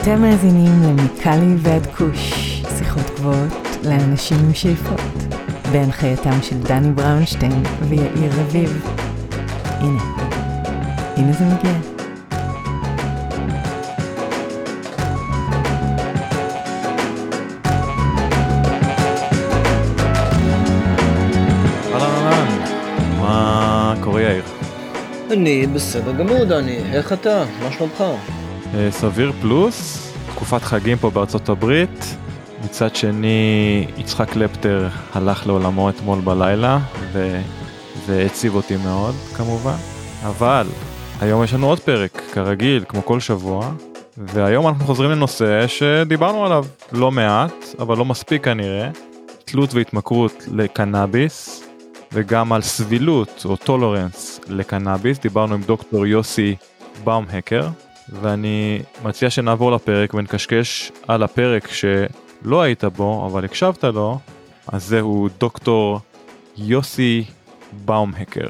אתם מאזינים למיקלי ועד כוש, שיחות גבוהות לאנשים עם שאיפות, בהנחייתם של דני בראונשטיין ויאיר רביב. הנה זה מגיע. מה קורה יאיר? אני בסדר גמור דני, איך אתה? מה שלומך? סביר פלוס, תקופת חגים פה בארצות הברית. מצד שני, יצחק קלפטר הלך לעולמו אתמול בלילה והציב אותי מאוד כמובן. אבל היום יש לנו עוד פרק, כרגיל, כמו כל שבוע, והיום אנחנו חוזרים לנושא שדיברנו עליו לא מעט, אבל לא מספיק כנראה, תלות והתמכרות לקנאביס, וגם על סבילות או טולרנס לקנאביס. דיברנו עם דוקטור יוסי באומהקר, ואני מציע שנעבור לפרק ונקשקש על הפרק שלא היית בו, אבל הקשבת לו. אז זהו דוקטור יוסי באומהקר.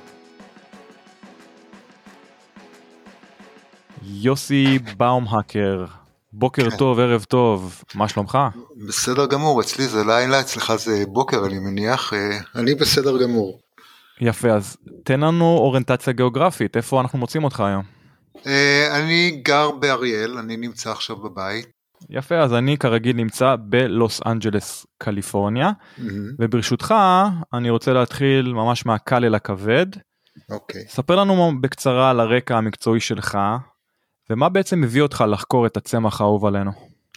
יוסי באומהקר, בוקר טוב, ערב טוב, מה שלומך? בסדר גמור, אצלי זה לילה, אצלך זה בוקר, אני מניח, אני בסדר גמור. יפה, אז תן לנו אוריינטציה גיאוגרפית, איפה אנחנו מוצאים אותך היום? אני גר באריאל, אני נמצא עכשיו בבית. יפה, אז אני כרגיל נמצא בלוס אנג'לס, קליפורניה, וברשותך אני רוצה להתחיל ממש מהקל אל הכבד. אוקיי. ספר לנו בקצרה על הרקע המקצועי שלך, ומה בעצם מביא אותך לחקור את הצמח האהוב עלינו?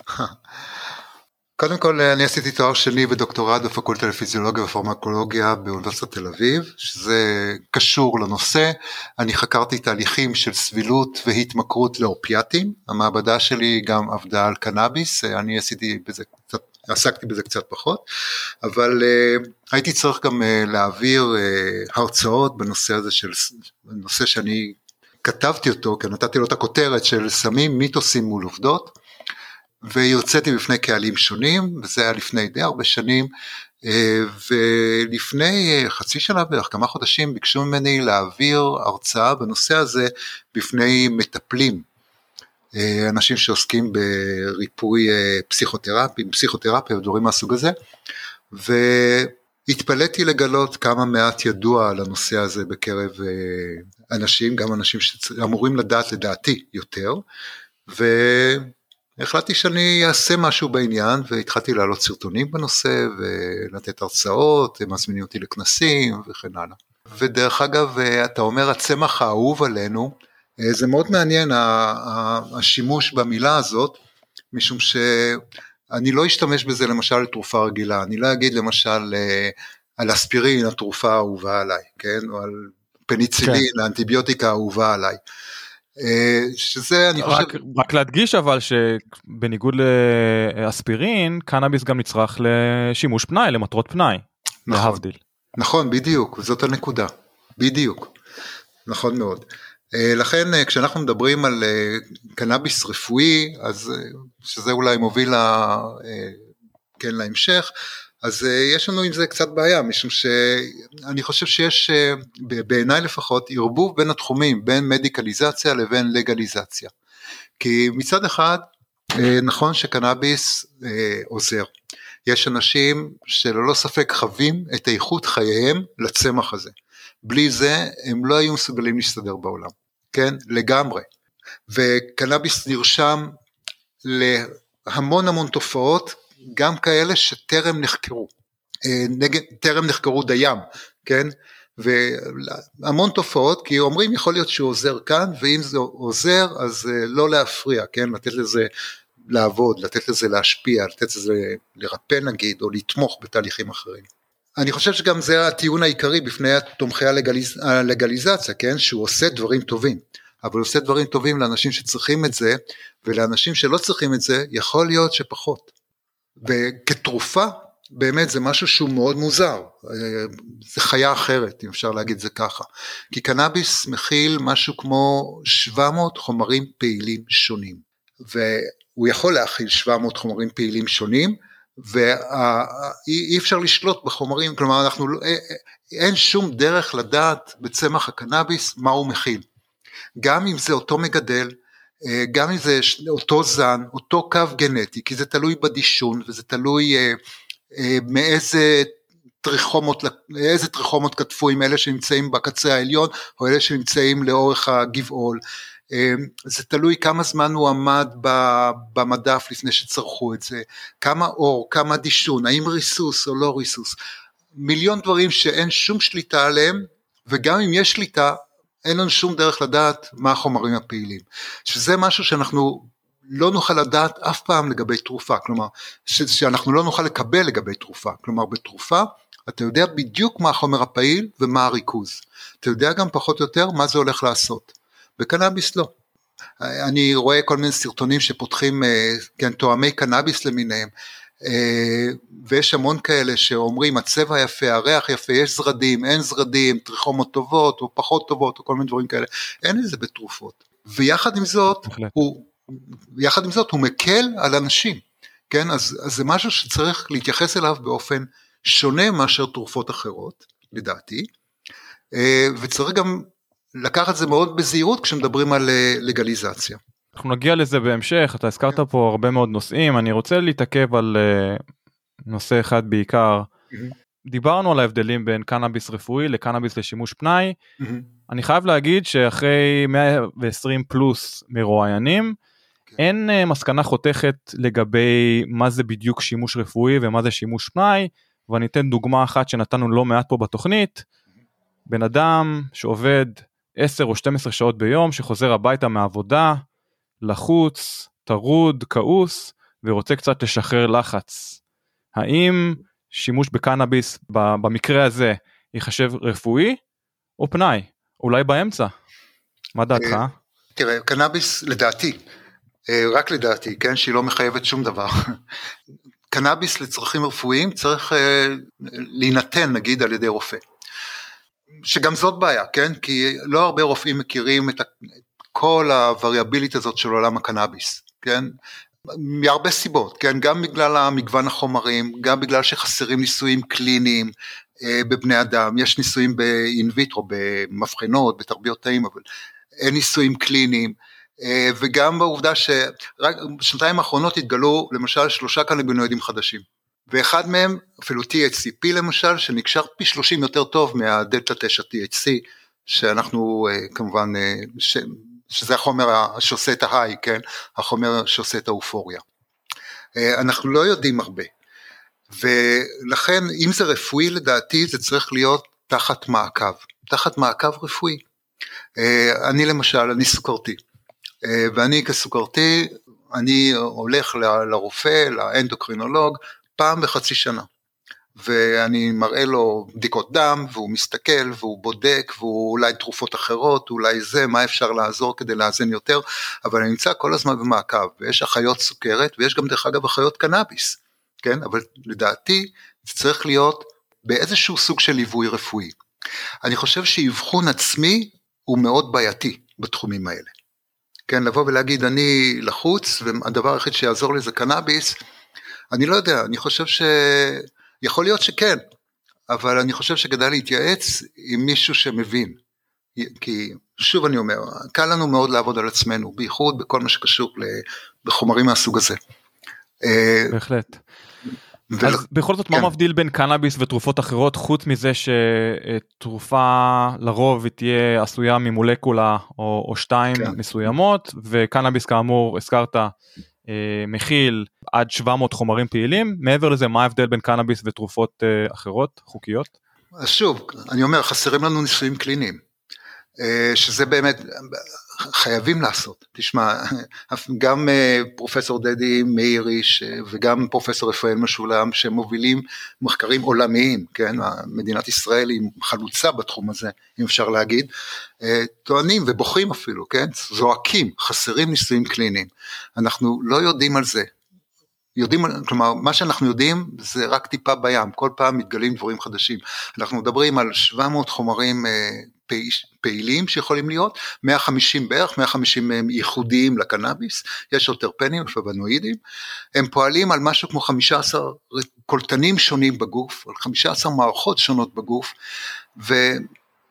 קודם כל, אני עשיתי תואר שני בדוקטורט בפקולטה לפיזיולוגיה ופרמקולוגיה באוניברסיטת תל אביב, שזה קשור לנושא. אני חקרתי תהליכים של סבילות והתמכרות לאופיאטים. המעבדה שלי גם עבדה על קנאביס, אני עסקתי בזה קצת פחות, אבל הייתי צריך גם להעביר הרצאות בנושא הזה נושא שאני כתבתי אותו, כי נתתי לו את הכותרת של סמים, מיתוסים מול עובדות, והרציתי בפני קהלים שונים, וזה היה לפני די הרבה שנים, ולפני חצי שנה בערך, כמה חודשים, ביקשו ממני להעביר הרצאה בנושא הזה בפני מטפלים, אנשים שעוסקים בריפוי פסיכותרפיה ודברים מהסוג הזה, והתפלאתי לגלות כמה מעט ידוע על הנושא הזה בקרב אנשים, גם אנשים שאמורים לדעת לדעתי יותר, והחלטתי שאני אעשה משהו בעניין, והתחלתי להעלות סרטונים בנושא, ולתת הרצאות, הם מזמינים אותי לכנסים וכן הלאה. ודרך אגב, אתה אומר הצמח האהוב עלינו, זה מאוד מעניין השימוש במילה הזאת, משום שאני לא אשתמש בזה למשל לתרופה רגילה, אני לא אגיד למשל על אספירין התרופה האהובה עליי, כן? או על פניצילין, כן. האנטיביוטיקה האהובה עליי. שזה אני חושב... רק להדגיש אבל שבניגוד לאספירין, קנאביס גם נצרך לשימוש פנאי, למטרות פנאי, נכון, להבדיל. נכון, בדיוק, זאת הנקודה, בדיוק, נכון מאוד. לכן כשאנחנו מדברים על קנאביס רפואי, אז שזה אולי מוביל כן, להמשך, אז יש לנו עם זה קצת בעיה, משום שאני חושב שיש בעיניי לפחות ערבוב בין התחומים, בין מדיקליזציה לבין לגליזציה. כי מצד אחד נכון שקנאביס עוזר, יש אנשים שללא ספק חווים את איכות חייהם לצמח הזה, בלי זה הם לא היו מסוגלים להסתדר בעולם, כן, לגמרי, וקנאביס נרשם להמון תופעות, גם כאלה שטרם נחקרו, טרם נחקרו דיים, כן, והמון תופעות, כי אומרים יכול להיות שהוא עוזר כאן, ואם זה עוזר אז לא להפריע, כן, לתת לזה לעבוד, לתת לזה להשפיע, לתת לזה לרפא נגיד, או לתמוך בתהליכים אחרים. אני חושב שגם זה הטיעון העיקרי בפני תומכי הלגליזציה, כן, שהוא עושה דברים טובים, אבל הוא עושה דברים טובים לאנשים שצריכים את זה, ולאנשים שלא צריכים את זה, יכול להיות שפחות. וכתרופה, באמת זה משהו שהוא מאוד מוזר, זה חיה אחרת, אם אפשר להגיד זה ככה, כי קנאביס מכיל משהו כמו 700 חומרים פעילים שונים, והוא יכול להכיל 700 חומרים פעילים שונים, ואי אפשר לשלוט בחומרים, כלומר אין שום דרך לדעת בצמח הקנאביס מה הוא מכיל, גם אם זה אותו מגדל, גם אם זה אותו זן, אותו קו גנטי, כי זה תלוי בדישון, וזה תלוי מאיזה טריכומות כתפו עם אלה שנמצאים בקצה העליון, או אלה שנמצאים לאורך הגבעול, זה תלוי כמה זמן הוא עמד במדף לפני שצרכו את זה, כמה אור, כמה דישון, האם ריסוס או לא ריסוס, מיליון דברים שאין שום שליטה עליהם, וגם אם יש שליטה, אין לנו שום דרך לדעת מה החומרים הפעילים, שזה משהו שאנחנו לא נוכל לדעת אף פעם לגבי תרופה, כלומר, שאנחנו לא נוכל לקבל לגבי תרופה, כלומר בתרופה, אתה יודע בדיוק מה החומר הפעיל ומה הריכוז, אתה יודע גם פחות או יותר מה זה הולך לעשות, בקנאביס לא. אני רואה כל מיני סרטונים שפותחים, כן, תואמי קנאביס למיניהם, ויש המון כאלה שאומרים הצבע יפה, הריח יפה, יש זרדים, אין זרדים, טריכומות טובות או פחות טובות או כל מיני דברים כאלה, אין את זה בתרופות, ויחד עם זאת הוא מקל על אנשים, כן, אז זה משהו שצריך להתייחס אליו באופן שונה מאשר תרופות אחרות, לדעתי, וצריך גם לקחת זה מאוד בזהירות כשמדברים על לגליזציה. אנחנו נגיע לזה בהמשך, אתה הזכרת פה הרבה מאוד נושאים, אני רוצה להתעכב על נושא אחד בעיקר, דיברנו על ההבדלים בין קנאביס רפואי לקנאביס לשימוש פנאי, אני חייב להגיד שאחרי 120 פלוס מרואיינים, אין מסקנה חותכת לגבי מה זה בדיוק שימוש רפואי ומה זה שימוש פנאי, ואני אתן דוגמה אחת שנתנו לא מעט פה בתוכנית, בן אדם שעובד 10 או 12 שעות ביום, שחוזר הביתה מהעבודה, לחוץ, טרוד, כעוס, ורוצה קצת לשחרר לחץ. האם שימוש בקנאביס במקרה הזה ייחשב רפואי או פנאי? אולי באמצע? מה דעתך? תראה, קנאביס לדעתי, רק לדעתי, כן, שהיא לא מחייבת שום דבר. קנאביס לצרכים רפואיים צריך להינתן, נגיד, על ידי רופא. שגם זאת בעיה, כן? כי לא הרבה רופאים מכירים את כל הווריאבילית הזאת של עולם הקנאביס, כן? מהרבה סיבות, כן? גם בגלל המגוון החומרים, גם בגלל שחסרים ניסויים קליניים בבני אדם, יש ניסויים באינוויטרו, במבחנות, בתרביות תאים, אבל אין ניסויים קליניים, וגם בעובדה שרק בשנתיים האחרונות התגלו למשל 3 קנבינואידים חדשים, ואחד מהם אפילו THCP למשל, שנקשר פי 30 יותר טוב מהדלטה 9 THC, שאנחנו כמובן, שזה החומר שעושה את ההיי, כן? החומר שעושה את האופוריה. אנחנו לא יודעים הרבה, ולכן אם זה רפואי לדעתי זה צריך להיות תחת מעקב רפואי. אני למשל, אני סוכרתי, ואני כסוכרתי, אני הולך לרופא, לאנדוקרינולוג, פעם בחצי שנה, ואני מראה לו בדיקות דם, והוא מסתכל, והוא בודק, והוא אולי תרופות אחרות, אולי זה, מה אפשר לעזור כדי לאזן יותר, אבל אני נמצא כל הזמן במעקב, ויש אחיות סוכרת, ויש גם דרך אגב אחיות קנאביס, כן, אבל לדעתי, זה צריך להיות באיזשהו סוג של ליווי רפואי. אני חושב שאבחון עצמי, הוא מאוד בעייתי בתחומים האלה. כן, לבוא ולהגיד, אני לחוץ, והדבר היחיד שיעזור לי זה קנאביס, אני לא יודע, אני חושב יכול להיות שכן, אבל אני חושב שכדאי להתייעץ עם מישהו שמבין, כי שוב אני אומר, קל לנו מאוד לעבוד על עצמנו, בייחוד בכל מה שקשור בחומרים מהסוג הזה. בהחלט. אז בכל זאת, מה מבדיל בין קנאביס ותרופות אחרות, חוץ מזה שתרופה לרוב תהיה עשויה ממולקולה או 2 מסוימות, וקנאביס כאמור, הזכרת, מכיל עד 700 חומרים פעילים, מעבר לזה, מה ההבדל בין קנאביס ותרופות אחרות, חוקיות? אז שוב, אני אומר, חסרים לנו ניסויים קליניים, שזה באמת חייבים לעשות. תשמע, גם פרופסור דדי מאיריש וגם פרופסור רפאל משולם שמובילים מחקרים עולמיים, כן, מדינת ישראל היא חלוצה בתחום הזה, אם אפשר להגיד, טוענים ובוכים אפילו, כן, זועקים, חסרים ניסויים קליניים. אנחנו לא יודעים על זה. כלומר, מה שאנחנו יודעים זה רק טיפה בים, כל פעם מתגלים דברים חדשים. אנחנו מדברים על 700 חומרים פעילים שיכולים להיות, 150 בערך, 150 מהם ייחודיים לקנאביס, יש יותר פנים, פלבונואידים, הם פועלים על משהו כמו 15 קולטנים שונים בגוף, על 15 מערכות שונות בגוף,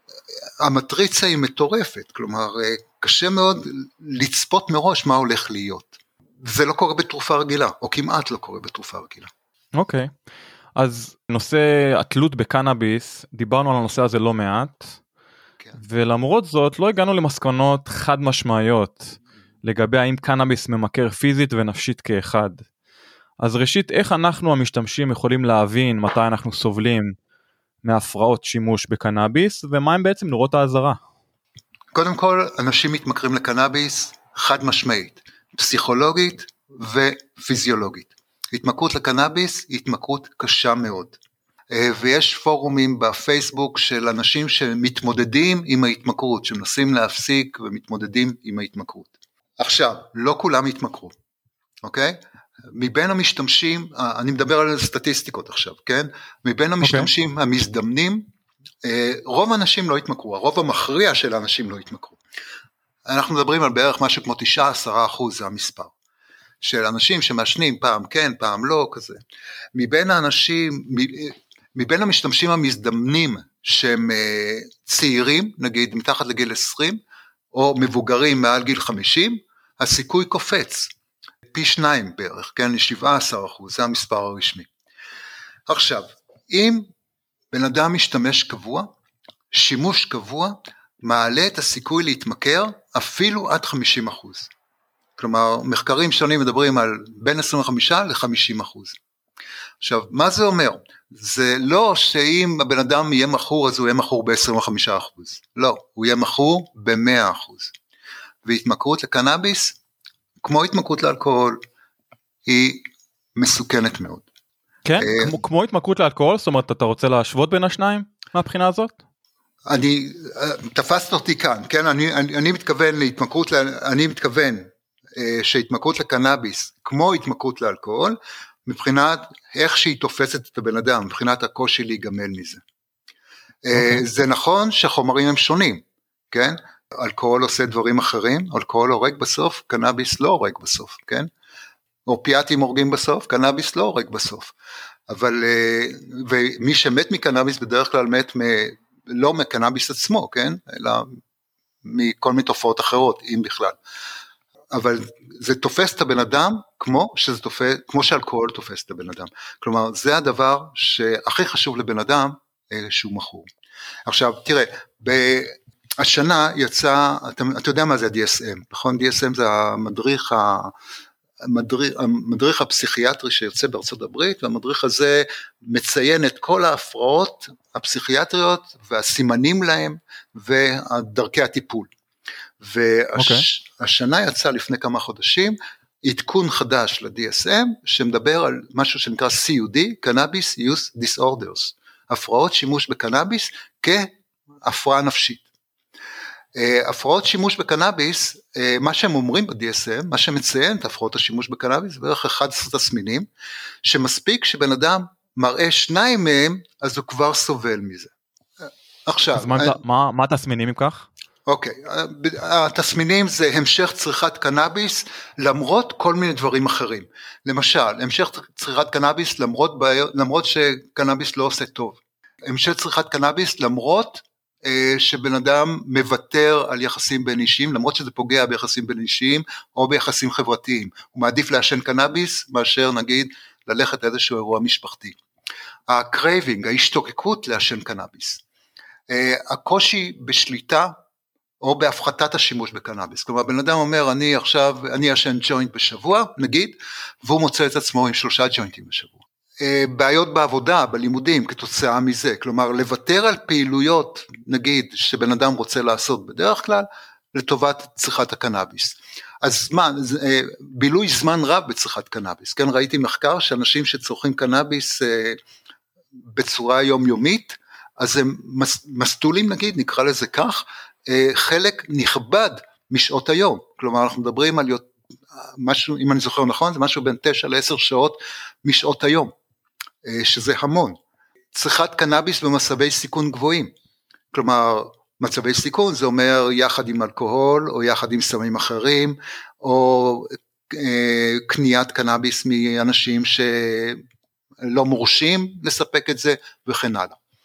המטריצה היא מטורפת, כלומר, קשה מאוד לצפות מראש מה הולך להיות. זה לא קורה בתרופה רגילה, או כמעט לא קורה בתרופה רגילה. אוקיי, אז נושא התלות בקנאביס, דיברנו על הנושא הזה לא מעט, כן. ולמרות זאת לא הגענו למסקנות חד משמעיות, לגבי האם קנאביס ממכר פיזית ונפשית כאחד. אז ראשית, איך אנחנו המשתמשים יכולים להבין מתי אנחנו סובלים מהפרעות שימוש בקנאביס, ומה הם בעצם נורות האזהרה? קודם כל, אנשים מתמכרים לקנאביס חד משמעית, פסיכולוגית ופיזיולוגית. התמכרות לקנאביס היא התמכרות קשה מאוד. ויש פורומים בפייסבוק של אנשים שמתמודדים עם ההתמכרות, שמנסים להפסיק ומתמודדים עם ההתמכרות. עכשיו, לא כולם התמכרו, אוקיי? מבין המשתמשים, אני מדבר על סטטיסטיקות עכשיו, כן? מבין המשתמשים המזדמנים, רוב האנשים לא התמכרו, הרוב המכריע של האנשים לא התמכרו. אנחנו מדברים על בערך משהו כמו 9-10% זה המספר, של אנשים שמעשנים פעם כן, פעם לא, כזה. מבין המשתמשים המזדמנים שהם צעירים, נגיד מתחת לגיל 20, או מבוגרים מעל גיל 50, הסיכוי קופץ, פי 2 בערך, כן, ל-17%, זה המספר הרשמי. עכשיו, אם בן אדם משתמש קבוע, שימוש קבוע, מעלה את הסיכוי להתמכר אפילו עד 50%. כלומר, מחקרים שונים מדברים על בין 25 ל-50%. עכשיו, מה זה אומר? זה לא שאם הבן אדם יהיה מכור, אז הוא יהיה מכור ב-25%. לא, הוא יהיה מכור ב-100%. והתמכרות לקנאביס, כמו התמכרות לאלכוהול, היא מסוכנת מאוד. כן? כמו התמכרות לאלכוהול? זאת אומרת, אתה רוצה להשוות בין השניים מהבחינה הזאת? תפסת אותי כאן, כן? אני מתכוון שהתמכרות לקנאביס, כמו התמכרות לאלכוהול, מבחינת איך שהיא תופסת את הבן אדם, מבחינת הקושי להיגמל מזה. זה נכון שהחומרים הם שונים, כן? אלכוהול עושה דברים אחרים, אלכוהול הורג בסוף, קנאביס לא הורג בסוף, כן? אופיאטים הורגים בסוף, קנאביס לא הורג בסוף. אבל, ומי שמת מקנאביס בדרך כלל מת לא מקנאביס עצמו, כן? אלא מכל מיני תופעות אחרות, אם בכלל. אבל זה תופס את הבן אדם כמו שאלכוהול תופס את הבן אדם. כלומר, זה הדבר שהכי חשוב לבן אדם שהוא מכור. עכשיו, תראה, השנה יצא, אתה יודע מה זה ה-DSM, נכון? DSM זה המדריך הפסיכיאטרי שיוצא בארצות הברית, והמדריך הזה מציין את כל ההפרעות הפסיכיאטריות והסימנים להם ודרכי הטיפול. והשנה יצא לפני כמה חודשים עדכון חדש ל-DSM שמדבר על משהו שנקרא CUD, Cannabis Use Disorders, הפרעות שימוש בקנאביס כהפרעה נפשית. הפרעות שימוש בקנאביס, מה שהם אומרים ב-DSM, מה שמציין את הפרעות השימוש בקנאביס, בערך 11 תסמינים, שמספיק שבן אדם מראה 2 מהם, אז הוא כבר סובל מזה. עכשיו, אז מה התסמינים אם כך? אוקיי, התסמינים זה המשך צריכת קנאביס, למרות כל מיני דברים אחרים. למשל, המשך צריכת קנאביס למרות שקנאביס לא עושה טוב. המשך צריכת קנאביס למרות שבן אדם מוותר על יחסים בין אישיים, למרות שזה פוגע ביחסים בין אישיים או ביחסים חברתיים. הוא מעדיף לעשן קנאביס מאשר נגיד ללכת לאיזשהו אירוע משפחתי. הקרייבינג, ההשתוקקות לעשן קנאביס. הקושי בשליטה או בהפחתת השימוש בקנאביס. כלומר, בן אדם אומר, אני אשן ג'וינט בשבוע, נגיד, והוא מוצא את עצמו עם 3 ג'וינטים בשבוע. בעיות בעבודה, בלימודים, כתוצאה מזה. כלומר, לוותר על פעילויות, נגיד, שבן אדם רוצה לעשות בדרך כלל, לטובת צריכת הקנאביס. אז בילוי זמן רב בצריכת קנאביס. כן, ראיתי מחקר שאנשים שצורכים קנאביס בצורה יומיומית, אז הם מסטולים, נגיד, נקרא לזה כך, חלק נכבד משעות היום, כלומר אנחנו מדברים על משהו, אם אני זוכר נכון, זה משהו בין 9 ל-10 שעות משעות היום, שזה המון. צריכת קנאביס במצבי סיכון גבוהים, כלומר מצבי סיכון זה אומר יחד עם אלכוהול או יחד עם סמים אחרים, או קניית קנאביס מאנשים שלא מורשים לספק את זה וכן הלאה.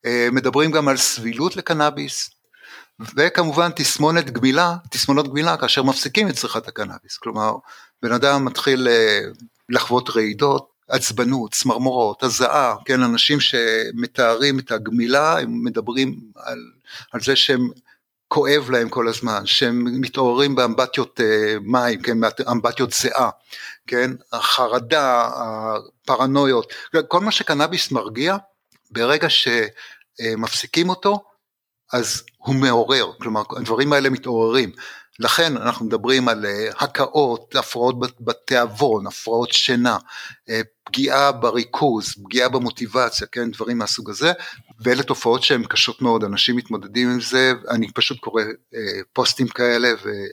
מדברים גם על סבילות לקנאביס, וכמובן תסמונות גמילה כאשר מפסיקים את צריכת הקנאביס, כלומר בן אדם מתחיל לחוות רעידות, עצבנות, צמרמורות, הזעה, כן, אנשים שמתארים את הגמילה, הם מדברים על זה שהם כואב להם כל הזמן, שהם מתעוררים באמבטיות מים, כן, אמבטיות זיעה, כן, החרדה, הפרנויות, כל מה שקנאביס מרגיע, ברגע שמפסיקים אותו, אז הוא מעורר, כלומר הדברים האלה מתעוררים, לכן אנחנו מדברים על הקאות, הפרעות בתיאבון, הפרעות שינה, פגיעה בריכוז, פגיעה במוטיבציה, כן, דברים מהסוג הזה, ואלה תופעות שהן קשות מאוד, אנשים מתמודדים עם זה, אני פשוט קורא פוסטים כאלה,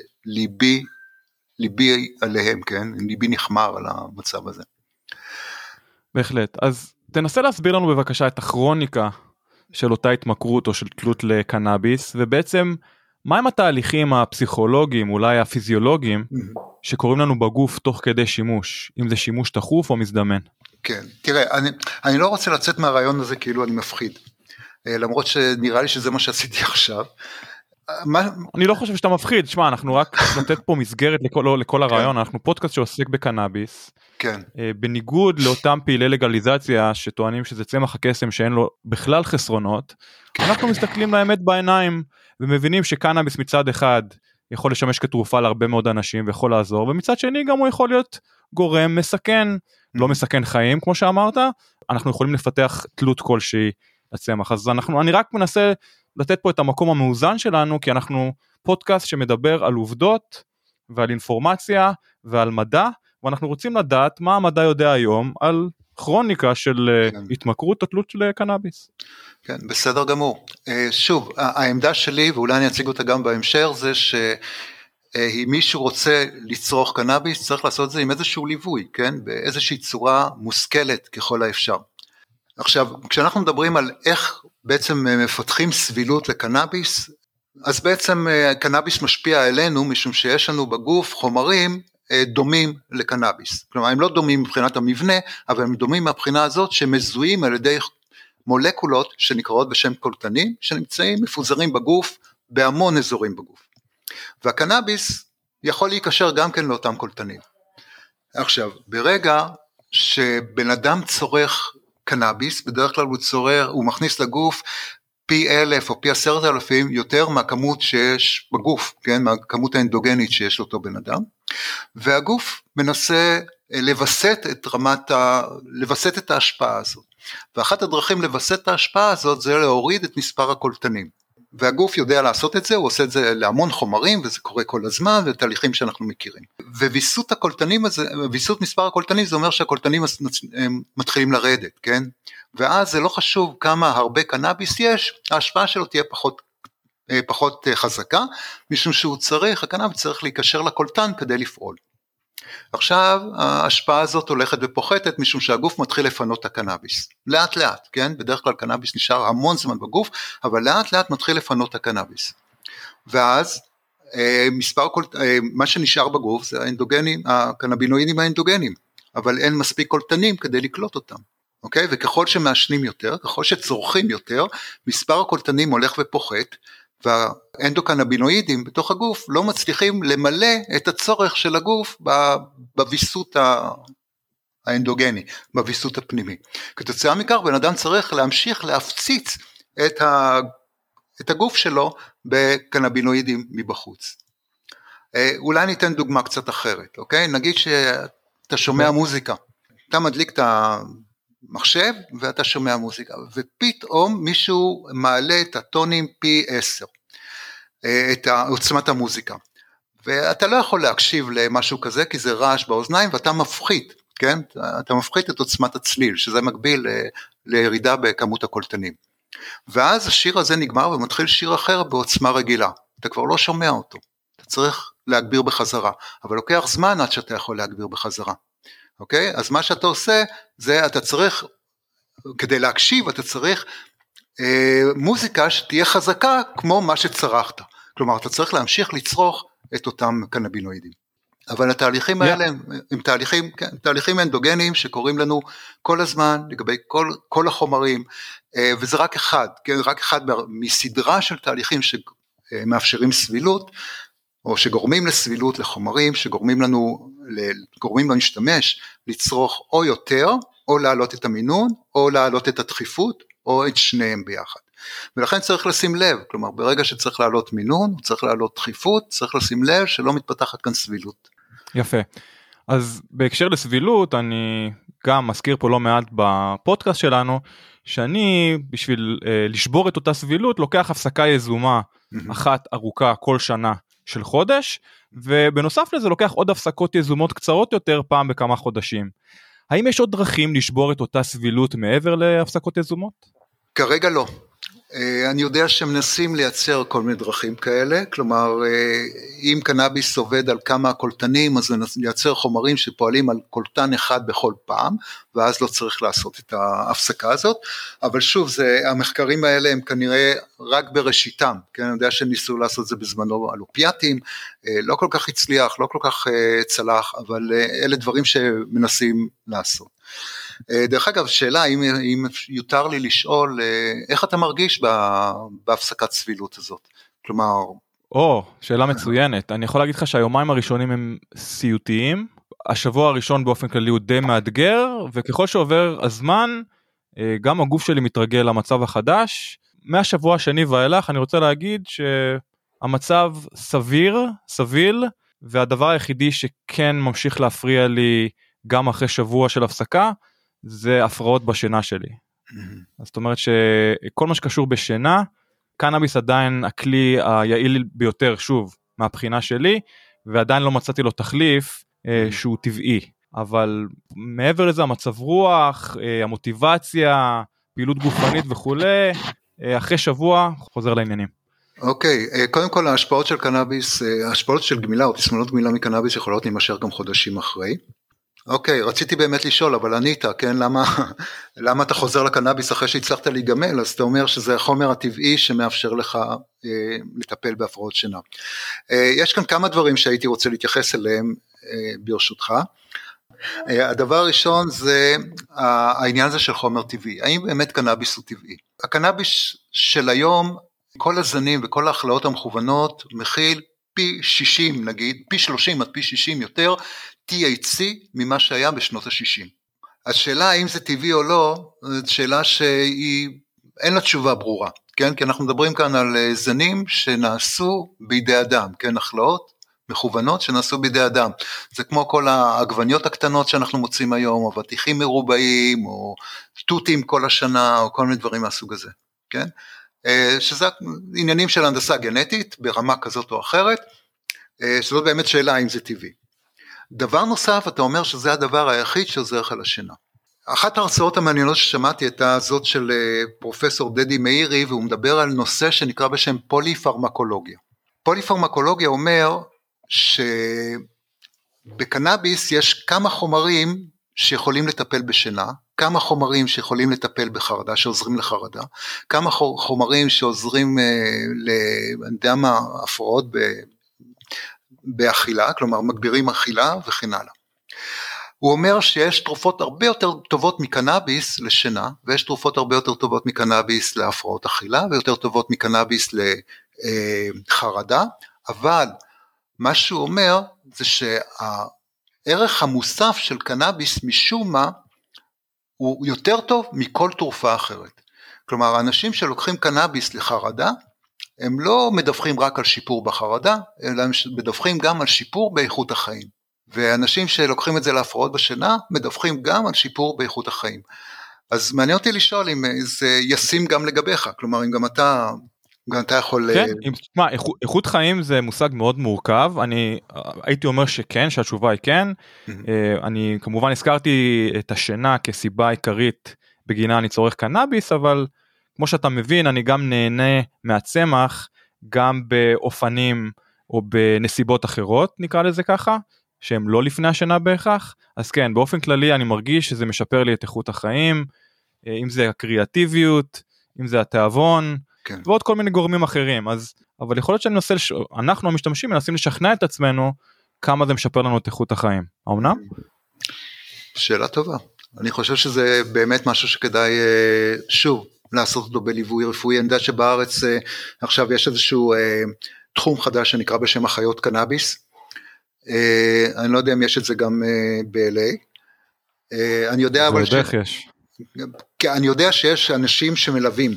וליבי עליהם, כן, ליבי נחמר על המצב הזה. בהחלט, אז תנסה להסביר לנו בבקשה את הכרוניקה, של אותה התמכרות או של תלות לקנאביס, ובעצם מהם התהליכים הפסיכולוגיים, אולי הפיזיולוגיים, שקוראים לנו בגוף תוך כדי שימוש, אם זה שימוש תכוף או מזדמן? כן, תראה, אני לא רוצה לצאת מהרעיון הזה כאילו אני מפחיד, למרות שנראה לי שזה מה שעשיתי עכשיו. אני לא חושב שאתה מפחיד, שמע, אנחנו רק נותנת פה מסגרת לכל הרעיון, אנחנו פודקאסט שעוסק בקנאביס, כן. בניגוד לאותם פעילי לגליזציה שטוענים שזה צמח הקסם שאין לו בכלל חסרונות, אנחנו מסתכלים לאמת בעיניים ומבינים שקנאביס מצד אחד יכול לשמש כתרופה להרבה מאוד אנשים ויכול לעזור, ומצד שני גם הוא יכול להיות גורם מסכן, לא מסכן חיים כמו שאמרת, אנחנו יכולים לפתח תלות כלשהי לצמח, אז אני רק מנסה לתת פה את המקום המאוזן שלנו, כי אנחנו פודקאסט שמדבר על עובדות ועל אינפורמציה ועל מדע, ואנחנו רוצים לדעת מה המדע יודע היום על כרוניקה של התמכרות או תלות לקנאביס. כן, בסדר גמור. שוב, העמדה שלי, ואולי אני אציג אותה גם בהמשך, זה שאם מישהו רוצה לצרוך קנאביס, צריך לעשות את זה עם איזשהו ליווי, כן? באיזושהי צורה מושכלת ככל האפשר. עכשיו, כשאנחנו מדברים על איך בעצם מפתחים סבילות לקנאביס, אז בעצם קנאביס משפיע עלינו, משום שיש לנו בגוף חומרים דומים לקנאביס. כלומר, הם לא דומים מבחינת המבנה, אבל הם דומים מהבחינה הזאת שמזוהים על ידי מולקולות שנקראות בשם קולטנים, שנמצאים מפוזרים בגוף, בהמון אזורים בגוף. והקנאביס יכול להיקשר גם כן לאותם קולטנים. עכשיו, ברגע שבן אדם צורך קנאביס, בדרך כלל הוא מכניס לגוף פי 1,000 או פי 10,000 יותר מהכמות שיש בגוף, כן? מהכמות האנדוגנית שיש לאותו בן אדם, והגוף מנסה לבסט את ההשפעה הזאת, ואחת הדרכים לבסט את ההשפעה הזאת זה להוריד את מספר הקולטנים, והגוף יודע לעשות את זה, הוא עושה את זה להמון חומרים, וזה קורה כל הזמן, ותהליכים שאנחנו מכירים. וויסות הקולטנים הזה, ויסות מספר הקולטנים, זה אומר שהקולטנים מתחילים לרדת, כן? ואז זה לא חשוב כמה הרבה קנאביס יש, ההשפעה שלו תהיה פחות חזקה, משום הקנאביס צריך להיקשר לקולטן כדי לפעול. עכשיו ההשפעה הזאת הולכת ופוחתת, משום שהגוף מתחיל לפנות את הקנאביס, לאט לאט, כן? בדרך כלל קנאביס נשאר המון זמן בגוף, אבל לאט לאט מתחיל לפנות את הקנאביס, ואז מה שנשאר בגוף זה האנדוגנים, הקנאבינואידים האנדוגנים, אבל אין מספיק קולטנים כדי לקלוט אותם, אוקיי? וככל שמעשנים יותר, ככל שצורכים יותר, מספר הקולטנים הולך ופוחת, והאנדוקנבינואידים בתוך הגוף לא מצליחים למלא את הצורך של הגוף בוויסות האנדוגני, בוויסות הפנימי. כתוצאה מכך בן אדם צריך להמשיך להפציץ את הגוף שלו בקנבינואידים מבחוץ. אולי ניתן דוגמה קצת אחרת, אוקיי? נגיד שאתה שומע מוזיקה, אתה מדליק את המחשב ואתה שומע מוזיקה, ופתאום מישהו מעלה את הטונים פי 10, את עוצמת המוזיקה, ואתה לא יכול להקשיב למשהו כזה, כי זה רעש באוזניים, ואתה מפחית, כן? אתה מפחית את עוצמת הצליל, שזה מקביל לירידה בכמות הקולטנים. ואז השיר הזה נגמר, ומתחיל שיר אחר בעוצמה רגילה, אתה כבר לא שומע אותו, אתה צריך להגביר בחזרה, אבל לוקח זמן עד שאתה יכול להגביר בחזרה. אוקיי? אז מה שאתה עושה, זה אתה צריך, כדי להקשיב, אתה צריך מוזיקה שתהיה חזקה כמו מה שצרכת. כלומר, אתה צריך להמשיך לצרוך את אותם קנבינואידים. אבל התהליכים האלה הם תהליכים אנדוגניים שקורים לנו כל הזמן לגבי כל החומרים, וזה רק אחד, רק אחד מסדרה של תהליכים שמאפשרים סבילות, או שגורמים לסבילות לחומרים, שגורמים לנו להשתמש, לצרוך או יותר, או להעלות את המינון, או להעלות את הדחיפות, או את שניהם ביחד. ולכן צריך לשים לב, כלומר ברגע שצריך להעלות מינון, צריך להעלות דחיפות, צריך לשים לב שלא מתפתחת כאן סבילות. יפה. אז בהקשר לסבילות, אני גם מזכיר פה לא מעט בפודקאסט שלנו, שאני בשביל לשבור את אותה סבילות, לוקח הפסקה יזומה אחת ארוכה כל שנה של חודש, ובנוסף לזה לוקח עוד הפסקות יזומות קצרות יותר פעם בכמה חודשים. האם יש עוד דרכים לשבור את אותה סבילות מעבר להפסקות יזומות? כרגע לא. אני יודע שמנסים לייצר כל מיני דרכים כאלה, כלומר אם קנאביס עובד על כמה קולטנים, אז לייצר חומרים שפועלים על קולטן אחד בכל פעם, ואז לא צריך לעשות את ההפסקה הזאת, אבל שוב, המחקרים האלה הם כנראה רק בראשיתם, כן? אני יודע שניסו לעשות זה בזמנו על אופיאטים, לא כל כך הצליח, לא כל כך צלח, אבל אלה דברים שמנסים לעשות. דרך אגב, שאלה, אם יותר לי לשאול, איך אתה מרגיש בהפסקת סבילות הזאת? כלומר... שאלה מצוינת. אני יכול להגיד לך שהיומיים הראשונים הם סיוטיים, השבוע הראשון באופן כללי הוא די מאתגר, וככל שעובר הזמן, גם הגוף שלי מתרגל למצב החדש. מהשבוע השני ואילך, אני רוצה להגיד שהמצב סביל, והדבר היחידי שכן ממשיך להפריע לי גם אחרי שבוע של הפסקה, זה הפרעות בשינה שלי. זאת אומרת שכל מה שקשור בשינה, קנאביס עדיין הכלי היעיל ביותר, שוב, מהבחינה שלי, ועדיין לא מצאתי לו תחליף שהוא טבעי. אבל מעבר לזה, המצב רוח, המוטיבציה, פעילות גופנית וכו', אחרי שבוע חוזר לעניינים. אוקיי, קודם כל ההשפעות של קנאביס, ההשפעות של גמילה או תסמונות גמילה מקנאביס יכולות להימשך גם חודשים אחרי. אוקיי, רציתי באמת לשאול, אבל ענית, כן, למה אתה חוזר לקנאביס אחרי שהצלחת להיגמל, אז אתה אומר שזה החומר הטבעי שמאפשר לך לטפל בהפרעות שינה. יש כאן כמה דברים שהייתי רוצה להתייחס אליהם ברשותך. הדבר הראשון זה העניין הזה של חומר טבעי, האם באמת קנאביס הוא טבעי? הקנאביס של היום, כל הזנים וכל ההחלאות המכוונות מכיל פי 60 נגיד, פי 30 עד פי 60 יותר, THC ממה שהיה בשנות ה-60. השאלה האם זה טבעי או לא, זו שאלה שהיא, אין לה תשובה ברורה, כן? כי אנחנו מדברים כאן על זנים שנעשו בידי אדם, כן? החלאות מכוונות שנעשו בידי אדם. זה כמו כל העגבניות הקטנות שאנחנו מוצאים היום, או בטיחים מרובעים, או תותים כל השנה, או כל מיני דברים מהסוג הזה, כן? שזה עניינים של הנדסה גנטית, ברמה כזאת או אחרת, שזאת באמת שאלה האם זה טבעי. דבר נוסף, אתה אומר שזה הדבר היחיד שעוזר לך לשינה. אחת ההרצאות המעניינות ששמעתי הייתה זאת של פרופסור דדי מאירי, והוא מדבר על נושא שנקרא בשם פוליפרמקולוגיה. פוליפרמקולוגיה אומר שבקנאביס יש כמה חומרים שיכולים לטפל בשינה, כמה חומרים שיכולים לטפל בחרדה, שעוזרים לחרדה, כמה חומרים שעוזרים להפרעות באכילה, כלומר מגבירים אכילה וכן הלאה. הוא אומר שיש תרופות הרבה יותר טובות מקנאביס לשינה, ויש תרופות הרבה יותר טובות מקנאביס להפרעות אכילה, ויותר טובות מקנאביס לחרדה, אבל מה שהוא אומר זה שהערך המוסף של קנאביס משום מה, הוא יותר טוב מכל תרופה אחרת. כלומר, האנשים שלוקחים קנאביס לחרדה, הם לא מדווחים רק על שיפור בחרדה, אלא הם מדווחים גם על שיפור באיכות החיים. ואנשים שלוקחים את זה להפרעות בשינה, מדווחים גם על שיפור באיכות החיים. אז מעניין אותי לשאול אם זה ישים גם לגביך, כלומר אם גם אתה יכול... כן, תשמע, איכות חיים זה מושג מאוד מורכב, אני הייתי אומר שכן, שהתשובה היא כן, אני כמובן הזכרתי את השינה כסיבה עיקרית בגינה אני צורך קנאביס, אבל כמו שאתה מבין, אני גם נהנה מהצמח, גם באופנים או בנסיבות אחרות, נקרא לזה ככה, שהם לא לפני השינה בהכרח, אז כן, באופן כללי אני מרגיש שזה משפר לי את איכות החיים, אם זה הקריאטיביות, אם זה התיאבון, כן. ועוד כל מיני גורמים אחרים, אז, אבל יכול להיות שאנחנו המשתמשים מנסים לשכנע את עצמנו, כמה זה משפר לנו את איכות החיים, האמנם? שאלה טובה, אני חושב שזה באמת משהו שכדאי שוב לעשות אותו בליווי רפואי. אני יודע שבארץ עכשיו יש איזשהו תחום חדש שנקרא בשם החיות קנאביס, אני לא יודע אם יש את זה גם ב-LA, אני יודע אבל אני יודע שיש אנשים שמלווים,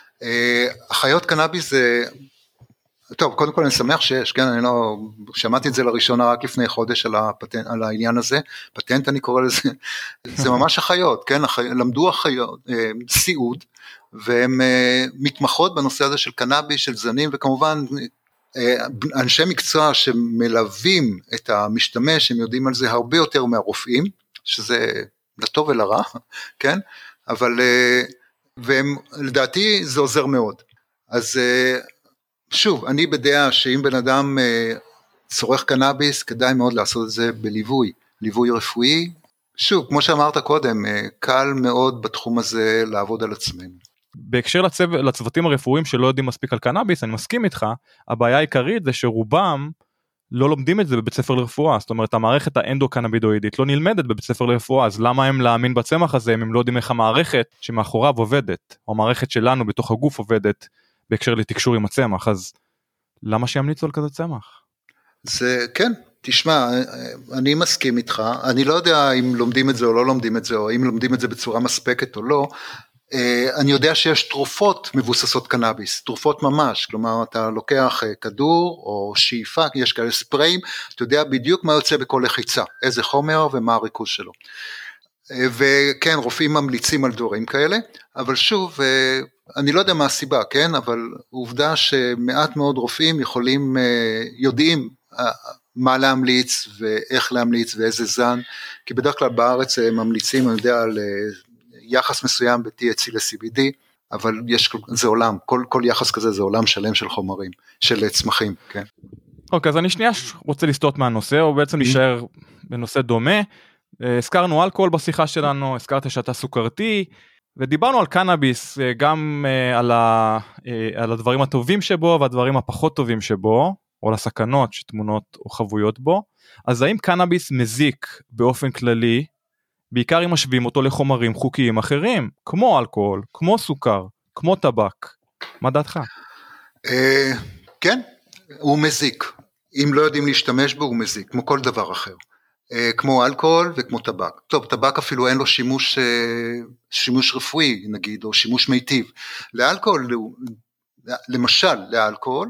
החיות קנאביס זה, טוב קודם כל אני שמח שיש, כן, אני לא, שמעתי את זה לראשונה רק לפני חודש על העניין הזה, פטנט אני קורא לזה, זה ממש החיות, כן, למדו החיות, סיעוד, והם מתמחות בנושא הזה של קנאביס, של זנים, וכמובן אנשי מקצוע שמלווים את המשתמש, הם יודעים על זה הרבה יותר מהרופאים, שזה לטוב ולרע, כן, אבל, והם, לדעתי זה עוזר מאוד, אז שוב, אני בדעה שאם בן אדם צורך קנאביס, כדאי מאוד לעשות את זה בליווי, ליווי רפואי, שוב, כמו שאמרת קודם, קל מאוד בתחום הזה לעבוד על עצמנו. בהקשר לצוותים הרפואיים שלא יודעים מספיק על קנאביס, אני מסכים איתך, הבעיה העיקרית זה שרובם לא לומדים את זה בבית ספר לרפואה, זאת אומרת המערכת האנדוקנבידואידית לא נלמדת בבית ספר לרפואה, אז למה הם להאמין בצמח הזה, אם הם לא יודעים איך המערכת שמאחוריו עובדת, או המערכת שלנו בתוך הגוף עובדת, בהקשר לתקשור עם הצמח, אז למה שימליצו על כזה צמח? זה כן, תשמע, אני מסכים איתך, אני לא יודע אם לומדים את זה או לא לומדים את זה, או אם לומדים את זה בצורה מספקת או לא, אני יודע שיש תרופות מבוססות קנאביס, תרופות ממש, כלומר אתה לוקח כדור או שאיפה, יש כאלה ספריים, אתה יודע בדיוק מה יוצא בכל לחיצה, איזה חומר ומה הריכוז שלו. וכן, רופאים ממליצים על דברים כאלה, אבל שוב, אני לא יודע מה הסיבה, כן, אבל עובדה שמעט מאוד רופאים יודעים מה להמליץ ואיך להמליץ ואיזה זן, כי בדרך כלל בארץ ממליצים, אני יודע, על יחס מסוים ב-THC ל-CBD, אבל זה עולם, כל יחס כזה זה עולם שלם של חומרים, של צמחים, כן. אוקיי, אז אני שנייה רוצה לסטות מהנושא, או בעצם להישאר בנושא דומה. הזכרנו אלכוהול בשיחה שלנו, הזכרת שאתה סוכרתי, ודיברנו על קנאביס, גם על הדברים הטובים שבו, והדברים הפחות טובים שבו, או לסכנות שתמונות או חבויות בו. אז האם קנאביס מזיק באופן כללי, בעיקר אם משווים אותו לחומרים חוקיים אחרים, כמו אלכוהול, כמו סוכר, כמו טבק? מה דעתך? כן, הוא מזיק. אם לא יודעים להשתמש בו, הוא מזיק, כמו כל דבר אחר. כמו אלכוהול וכמו טבק. טוב, טבק אפילו אין לו שימוש רפואי, נגיד, או שימוש מיטיב. לאלכוהול, למשל, לאלכוהול,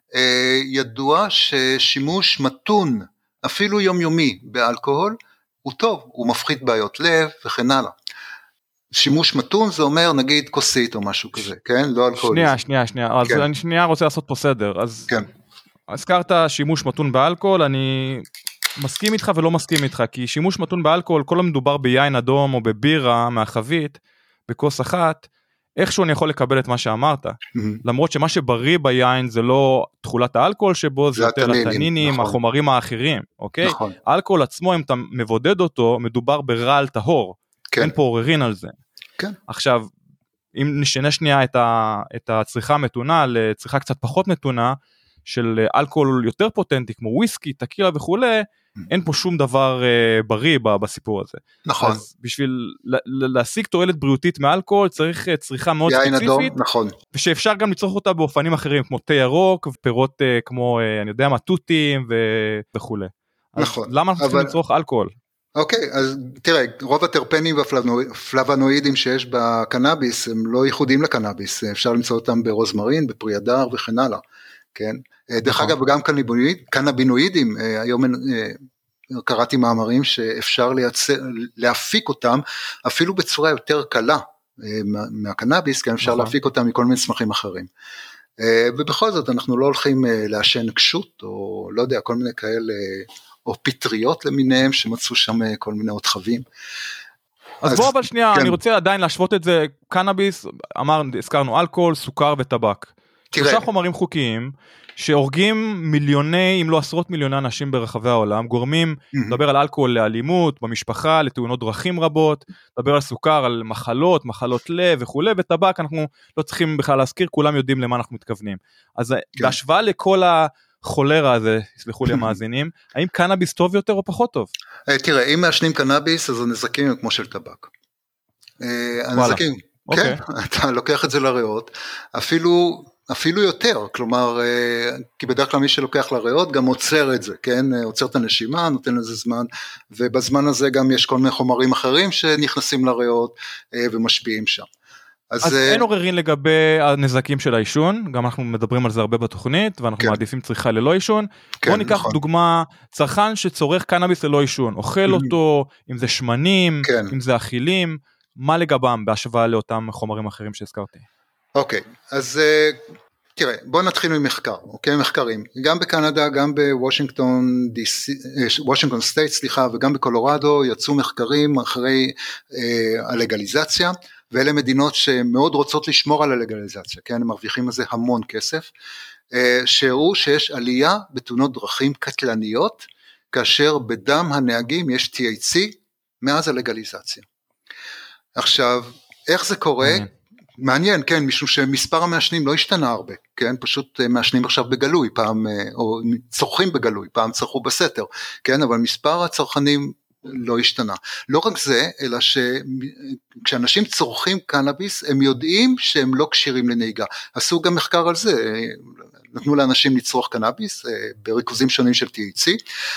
ידוע ששימוש מתון, אפילו יומיומי באלכוהול, הוא טוב, הוא מפחית בעיות לב וכן הלאה. שימוש מתון זה אומר נגיד כוסית או משהו כזה, כן? לא אלכוהול. שנייה. אז אני שנייה רוצה לעשות פה סדר. אז כן. הזכרת שימוש מתון באלכוהול, אני מסכים איתך ולא מסכים איתך, כי שימוש מתון באלכוהול, כל המדובר ביין אדום או בבירה מהחבית, בכוס אחת, איכשהו אני יכול לקבל את מה שאמרת, למרות שמה שבריא ביין זה לא תכולת האלכוהול שבו, זה יותר הטנינים, החומרים האחרים, אוקיי? האלכוהול עצמו, אם אתה מבודד אותו, מדובר ברעל טהור, אין פה עוררין על זה. עכשיו, אם נשנה שנייה את הצריכה המתונה, לצריכה קצת פחות מתונה, של אלכוהול יותר פוטנטי, כמו וויסקי, טקילה וכו', אין פה שום דבר בריא בסיפור הזה. נכון. אז בשביל להשיג תועלת בריאותית מאלכוהול, צריך צריכה מאוד ספציפית, אדום, נכון. ושאפשר גם לצרוך אותה באופנים אחרים, כמו תה ירוק, ופירות כמו, אני יודע מה, תותים וכו'. נכון. למה אנחנו צריכים לצרוך אלכוהול? אוקיי, אז תראה, רוב הטרפנים והפלבונואידים שיש בקנאביס, הם לא ייחודיים לקנאביס, אפשר למצוא אותם ברוזמרין, בפרי הדר וכן הלאה. כן? דרך אגב, גם קנבינואידים, היום קראתי מאמרים שאפשר להפיק אותם, אפילו בצורה יותר קלה מהקנאביס, כי אפשר להפיק אותם מכל מיני צמחים אחרים. ובכל זאת, אנחנו לא הולכים לעשן קשות, או לא יודע, כל מיני כאלה, או פטריות למיניהם, שמצאו שם כל מיני עוד חווים. אז בוא אבל שנייה, אני רוצה עדיין להשוות את זה, קנאביס, הזכרנו אלכוהול, סוכר וטבק. שלושה חומרים חוקיים, שהורגים מיליוני, אם לא עשרות מיליוני אנשים ברחבי העולם, גורמים, לדבר על אלכוהול לאלימות, במשפחה, לתאונות דרכים רבות, לדבר על סוכר, על מחלות לב וכו', וטבק אנחנו לא צריכים בכלל להזכיר, כולם יודעים למה אנחנו מתכוונים. אז בהשוואה לכל החולרה הזה, סליחו לי המאזינים, האם קנאביס טוב יותר או פחות טוב? תראה, אם מעשנים קנאביס, אז הנזקים הם כמו של טבק. הנזקים, כן, אתה לוקח את זה לריאות, אפילו יותר, כלומר, כי בדרך כלל מי שלוקח לריאות גם עוצר את זה, כן, עוצר את הנשימה, נותן לזה זמן, ובזמן הזה גם יש כל מיני חומרים אחרים שנכנסים לריאות ומשפיעים שם. אז אין עוררין לגבי הנזקים של העישון, גם אנחנו מדברים על זה הרבה בתוכנית, ואנחנו מעדיפים צריכה ללא עישון. בואו ניקח דוגמה, צרכן שצורך קנאביס ללא עישון, אוכל אותו, אם זה שמנים, אם זה אכילים, מה לגבם בהשוואה לאותם חומרים אחרים שהזכרתי? אוקיי, אז תראה, בואו נתחיל ממחקר, אוקיי, מחקרים, גם בקנדה, גם בוושינגטון סטייט, סליחה, וגם בקולורדו, יצאו מחקרים אחרי הלגליזציה, ואלה מדינות שמאוד רוצות לשמור על הלגליזציה, כן, הם מרוויחים על זה המון כסף, שהראו שיש עלייה בתאונות דרכים קטלניות, כאשר בדם הנהגים יש THC מאז הלגליזציה. עכשיו, איך זה קורה? מעניין, כן, משום שמספר המעשנים לא השתנה הרבה, כן, פשוט מעשנים עכשיו בגלוי, פעם, או צורכים בגלוי, פעם צרכו בסתר, כן, אבל מספר הצרכנים לא השתנה. לא רק זה, אלא שכשאנשים צורכים קנאביס, הם יודעים שהם לא קשירים לנהיגה. עשו גם מחקר על זה, נתנו לאנשים לצרוך קנאביס, בריכוזים שונים של THC,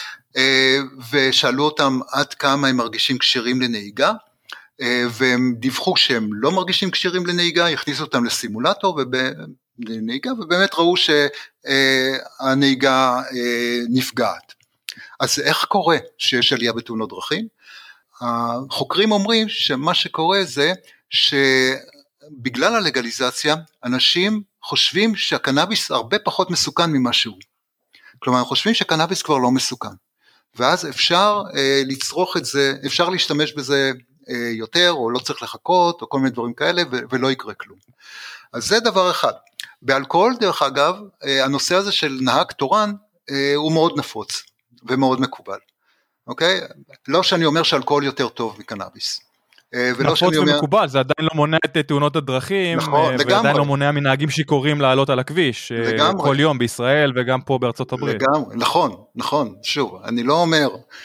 ושאלו אותם עד כמה הם מרגישים קשירים לנהיגה, והם דיווחו שהם לא מרגישים קשירים לנהיגה, יכניסו אותם לסימולטור לנהיגה, ובאמת ראו שהנהיגה נפגעת. אז איך קורה שיש עלייה בתאונות דרכים? החוקרים אומרים שמה שקורה זה שבגלל הלגליזציה, אנשים חושבים שהקנאביס הרבה פחות מסוכן ממה שהוא. כלומר, הם חושבים שהקנאביס כבר לא מסוכן. ואז אפשר לצרוך את זה, אפשר להשתמש בזה יותר, או לא צריך לחכות, או כל מיני דברים כאלה, ולא יקרה כלום. אז זה דבר אחד. באלכוהול, דרך אגב, הנושא הזה של נהג תורן, הוא מאוד נפוץ, ומאוד מקובל. אוקיי? לא שאני אומר שאלכוהול יותר טוב מקנאביס. נפוץ ומקובל, זה עדיין לא מונע את תאונות הדרכים, ועדיין לא מונע מנהגים שיכורים לעלות על הכביש, כל יום בישראל וגם פה בארצות הברית. לגמרי, נכון, שוב, אני לא אומר,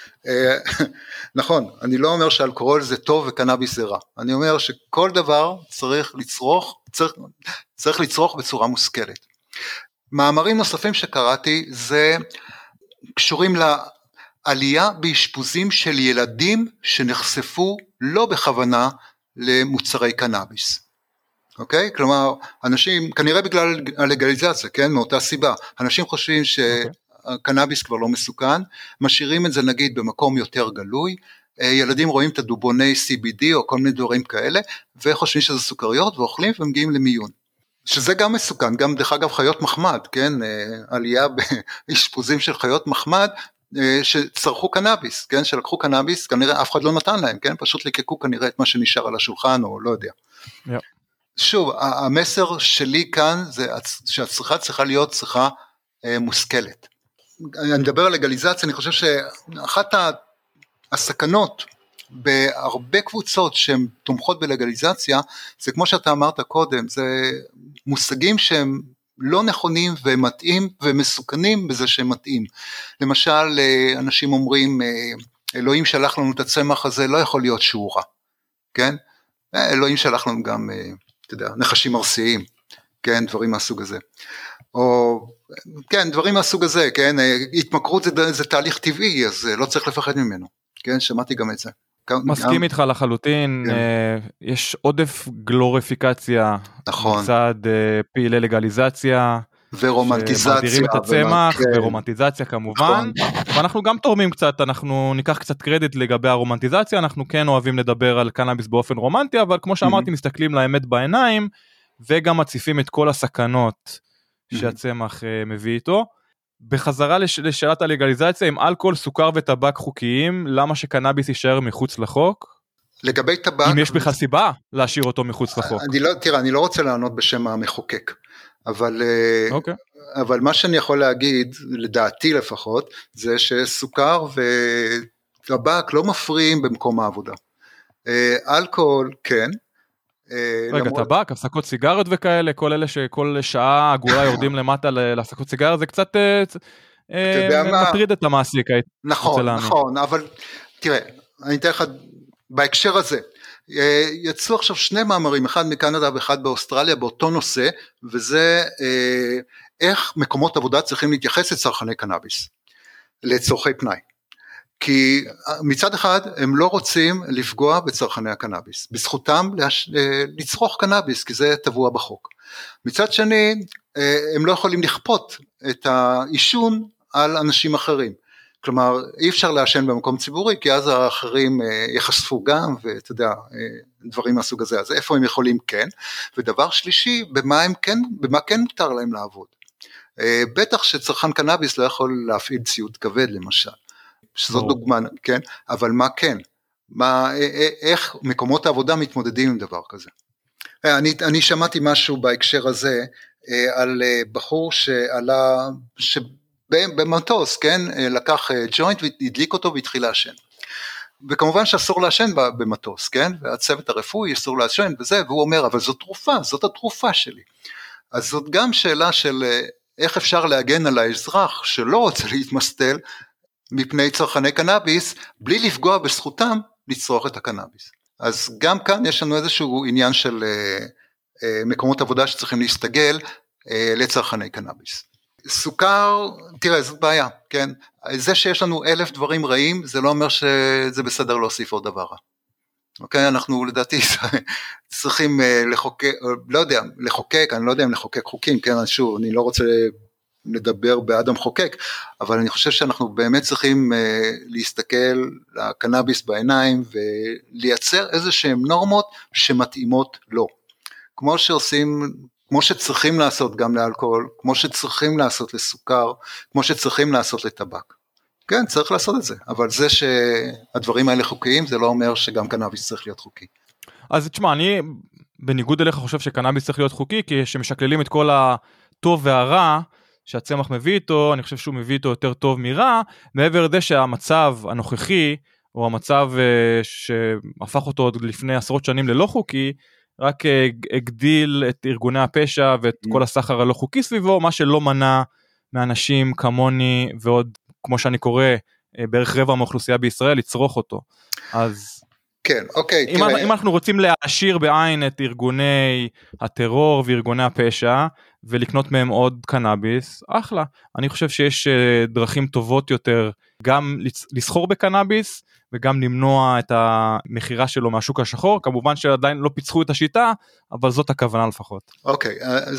נכון, אני לא אומר שאלכוהול זה טוב וקנאביס זה רע, אני אומר שכל דבר צריך לצרוך בצורה מושכלת. מאמרים נוספים שקראתי זה קשורים עלייה באשפוזים של ילדים שנחשפו לא בכוונה למוצרי קנאביס. אוקיי? כלומר, אנשים, כנראה בגלל הלגליזציה, כן? מאותה סיבה. אנשים חושבים שהקנאביס כבר לא מסוכן, משאירים את זה נגיד במקום יותר גלוי, ילדים רואים את הדובוני CBD או כל מיני דברים כאלה, וחושבים שזה סוכריות ואוכלים ומגיעים למיון. שזה גם מסוכן, גם דרך אגב חיות מחמד, כן? עלייה באשפוזים של חיות מחמד, שצרכו קנאביס, כן, שלקחו קנאביס, כנראה אף אחד לא נתן להם, כן, פשוט לקקו כנראה את מה שנשאר על השולחן, או לא יודע. שוב, המסר שלי כאן, זה שהצריכה צריכה להיות צריכה מושכלת. אני מדבר על לגליזציה, אני חושב שאחת הסכנות, בהרבה קבוצות שהן תומכות בלגליזציה, זה כמו שאתה אמרת קודם, זה מושגים שהם לא נכונים ומתאים ומסוכנים בזה שהם מתאים. למשל, אנשים אומרים, אלוהים שלח לנו את הצמח הזה, לא יכול להיות שהוא רע, כן? אלוהים שלח לנו גם, אתה יודע, נחשים ארסיים, כן? דברים מהסוג הזה. או, כן, דברים מהסוג הזה, כן? התמכרות זה תהליך טבעי, אז לא צריך לפחד ממנו, כן? שמעתי גם את זה. מסכים איתך לחלוטין, יש עודף גלוריפיקציה, מצד פעילי לגליזציה, ורומנטיזציה, שמגדירים את הצמח, ורומנטיזציה כמובן, ואנחנו גם תורמים קצת, אנחנו ניקח קצת קרדיט לגבי הרומנטיזציה, אנחנו כן אוהבים לדבר על קנאביס באופן רומנטי, אבל כמו שאמרתי, מסתכלים לאמת בעיניים, וגם מציפים את כל הסכנות שהצמח מביא איתו. בחזרה לשאלת הלגליזציה, עם אלכוהול, סוכר וטבק חוקיים, למה שקנאביס יישאר מחוץ לחוק? לגבי טבק... אם יש בכלל סיבה להשאיר אותו מחוץ לחוק. תראה, אני לא רוצה לענות בשם המחוקק, אבל מה שאני יכול להגיד, לדעתי לפחות, זה שסוכר וטבק לא מפריעים במקום העבודה. אלכוהול כן, רגע, טבק, הפסקות סיגריות וכאלה, כל אלה שכל שעה עגולה יורדים למטה להפסקות סיגריות, זה קצת מטריד את המעסיק. נכון, נכון, אבל תראה, אני אתן לך בהקשר הזה, יצאו עכשיו שני מאמרים, אחד מקנדה ואחד באוסטרליה, באותו נושא, וזה איך מקומות עבודה צריכים להתייחס לצרכני קנאביס, לצורכי פנאי. כי מצד אחד הם לא רוצים לפגוע בצרכני הקנאביס, בזכותם לצרוך קנאביס, כי זה טבוע בחוק. מצד שני, הם לא יכולים לכפות את העישון על אנשים אחרים. כלומר, אי אפשר לעשן במקום ציבורי, כי אז האחרים יחשפו גם, ואתה יודע, דברים מהסוג הזה. אז איפה הם יכולים כן? ודבר שלישי, במה כן מותר להם לעבוד? בטח שצרכן קנאביס לא יכול להפעיל ציוד כבד, למשל. שזאת דוגמה, כן? אבל מה כן? איך מקומות העבודה מתמודדים עם דבר כזה? אני שמעתי משהו בהקשר הזה, על בחור שעלה, במטוס, כן? לקח ג'וינט והדליק אותו והתחיל לעשן. וכמובן שאסור לעשן במטוס, כן? והצוות הרפואי אסור לעשן וזה, והוא אומר, אבל זאת תרופה, זאת התרופה שלי. אז זאת גם שאלה של איך אפשר להגן על האזרח שלא רוצה להתמסטל, מפני צרכני קנאביס, בלי לפגוע בזכותם לצרוך את הקנאביס. אז גם כאן יש לנו איזשהו עניין של מקומות עבודה שצריכים להסתגל לצרכני קנאביס. סוכר, תראה, זאת בעיה, כן? זה שיש לנו 1000 דברים רעים, זה לא אומר שזה בסדר להוסיף עוד דבר רע. אוקיי? אנחנו לדעתי צריכים לחוקק, לא יודע, אני לא יודע אם לחוקק חוקים, כן? שוב, אני לא רוצה לדבר בעד המחוקק, אבל אני חושב שאנחנו באמת צריכים להסתכל לקנאביס בעיניים, ולייצר איזה שהן נורמות שמתאימות לו. כמו שצריכים לעשות גם לאלכוהול, כמו שצריכים לעשות לסוכר, כמו שצריכים לעשות לטבק. כן, צריך לעשות את זה, אבל זה שהדברים האלה חוקיים, זה לא אומר שגם קנאביס צריך להיות חוקי. אז תשמע, אני בניגוד אליך חושב שקנאביס צריך להיות חוקי, כי שמשקללים את כל הטוב והרע, שהצמח מביא איתו, אני חושב שהוא מביא איתו יותר טוב מרע, מעבר לזה שהמצב הנוכחי, או המצב שהפך אותו עוד לפני עשרות שנים ללא חוקי, רק הגדיל את ארגוני הפשע, ואת כל הסחר הלא חוקי סביבו, מה שלא מנע מאנשים כמוני, ועוד כמו שאני קורא, בערך רבע מהאוכלוסייה בישראל, לצרוך אותו. אז כן, אוקיי. אם אנחנו רוצים להעשיר בעין את ארגוני הטרור וארגוני הפשע, ולקנות מהם עוד קנאביס, אחלה. אני חושב שיש דרכים טובות יותר, גם לסחור בקנאביס, וגם למנוע את המחירה שלו מהשוק השחור, כמובן שעדיין לא פיצחו את השיטה, אבל זאת הכוונה לפחות. אוקיי,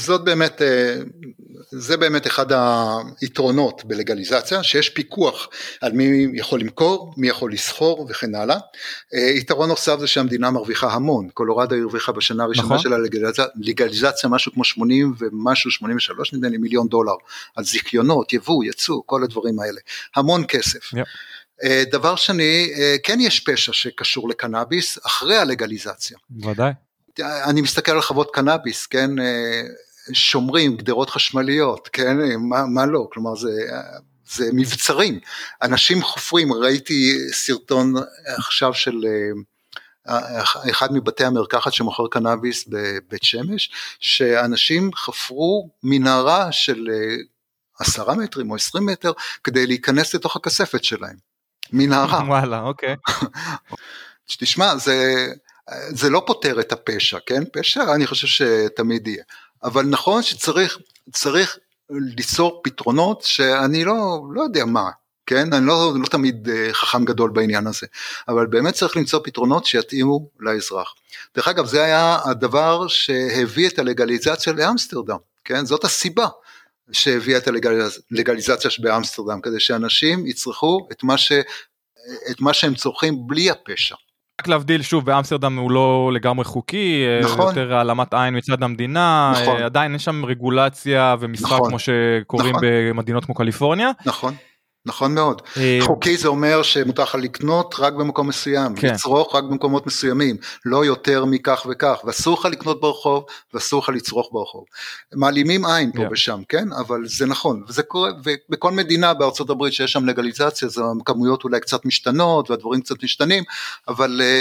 זה באמת אחד היתרונות בלגליזציה, שיש פיקוח על מי יכול למכור, מי יכול לסחור וכן הלאה. יתרון נוסף זה שהמדינה מרוויחה המון, קולורדו הרוויחה בשנה הראשונה של הלגליזציה, משהו כמו 80 ומשהו, 83 נדמה לי $1,000,000, על זיכיונות, יבוא, יצוא, כל הדברים האלה, המון כסף. דבר שני, כן יש פשע שקשור לקנאביס, אחרי הלגליזציה. ודאי. אני מסתכל על חוות קנאביס, כן, שומרים, גדרות חשמליות, כן, מה לא, כלומר זה מבצרים, אנשים חופרים, ראיתי סרטון עכשיו של אחד מבתי המרקחת שמוכר קנאביס בבית שמש, שאנשים חפרו מנהרה של 10 מטרים או 20 מטר, כדי להיכנס לתוך הכספת שלהם, מנהרה. וואלה, אוקיי. תשמע, זה לא פותר את הפשע, כן? פשע אני חושב שתמיד יהיה, אבל נכון שצריך ליצור פתרונות שאני לא יודע מה, כן? אני לא תמיד חכם גדול בעניין הזה, אבל באמת צריך למצוא פתרונות שיתאימו לאזרח. דרך אגב, זה היה הדבר שהביא את הלגליזציה לאמסטרדם, כן? זאת הסיבה שהביאה את הלגליזציה באמסטרדם, כדי שאנשים יצרכו את מה שהם צורכים בלי הפשע. רק להבדיל שוב, באמסטרדם הוא לא לגמרי חוקי, נכון. יותר העלמת עין מצד המדינה, נכון. עדיין יש שם רגולציה ומשחק נכון. כמו שקוראים נכון. במדינות כמו קליפורניה. נכון מאוד. חוקי זה אומר שמותר לך לקנות רק במקום מסוים, כן. לצרוך רק במקומות מסוימים, לא יותר מכך וכך, ואסור לך לקנות ברחוב, ואסור לך לצרוך ברחוב. מעלימים עין פה ושם, כן? אבל זה נכון, וזה קורה, ובכל מדינה בארצות הברית שיש שם לגליזציה, אז הכמויות אולי קצת משתנות, והדברים קצת משתנים, אבל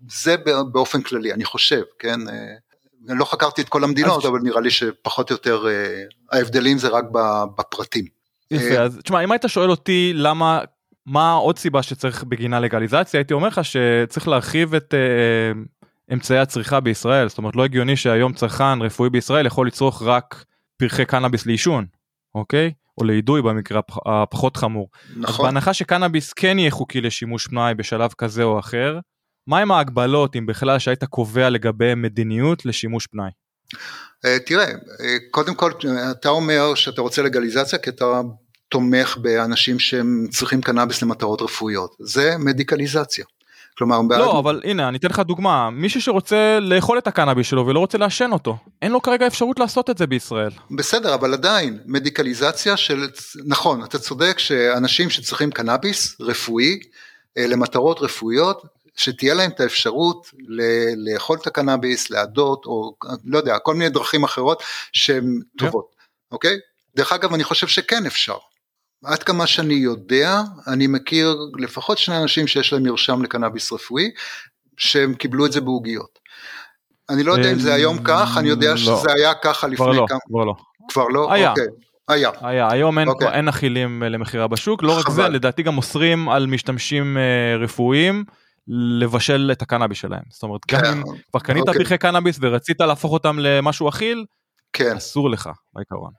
זה באופן כללי, אני חושב, כן, אני לא חקרתי את כל המדינות, אבל נראה לי שפחות או יותר, ההבדלים זה רק בפרטים. יפה, אז תשמע, אם היית שואל אותי מה עוד סיבה שצריך בגינה לגליזציה, הייתי אומר לך שצריך להרחיב את אמצעי הצריכה בישראל, זאת אומרת לא הגיוני שהיום צרכן רפואי בישראל יכול לצרוך רק פרחי קנאביס לעישון, אוקיי? או לידוי במקרה הפחות חמור. נכון. אז בהנחה שקנאביס כן יהיה חוקי לשימוש פנאי בשלב כזה או אחר, מה עם ההגבלות אם בכלל שהיית קובע לגבי מדיניות לשימוש פנאי? תראה, קודם כל אתה אומר שאתה רוצה לגליזציה כי אתה תומך באנשים שהם צריכים קנאביס למטרות רפואיות, זה מדיקליזציה. כלומר, לא, אבל הנה, אני אתן לך דוגמה, מישהו שרוצה לאכול את הקנאביס שלו ולא רוצה לעשן אותו, אין לו כרגע אפשרות לעשות את זה בישראל. בסדר, אבל עדיין, מדיקליזציה של, נכון, אתה צודק שאנשים שצריכים קנאביס רפואי, למטרות רפואיות, שתהיה להם את האפשרות לאכול את הקנאביס, לעדות, או לא יודע, כל מיני דרכים אחרות שהן טובות, אוקיי? דרך אגב, אני חושב שכן אפשר. עד כמה שאני יודע, אני מכיר לפחות 2 אנשים שיש להם מרשם לקנאביס רפואי, שהם קיבלו את זה בעוגיות. אני לא יודע אם זה היום כך, אני יודע שזה היה ככה לפני כמה... כבר לא. כבר לא? היה. אוקיי. היה. היום אין אכילים למחירה בשוק, לא רק זה, לדעתי גם אוסרים על משתמשים רפואיים, לבשל את הקנאביס שלהם. זאת אומרת, גם אם כבר קנית פרחי קנאביס ורצית להפוך אותם למשהו אכיל, אסור לך, בעיקרון.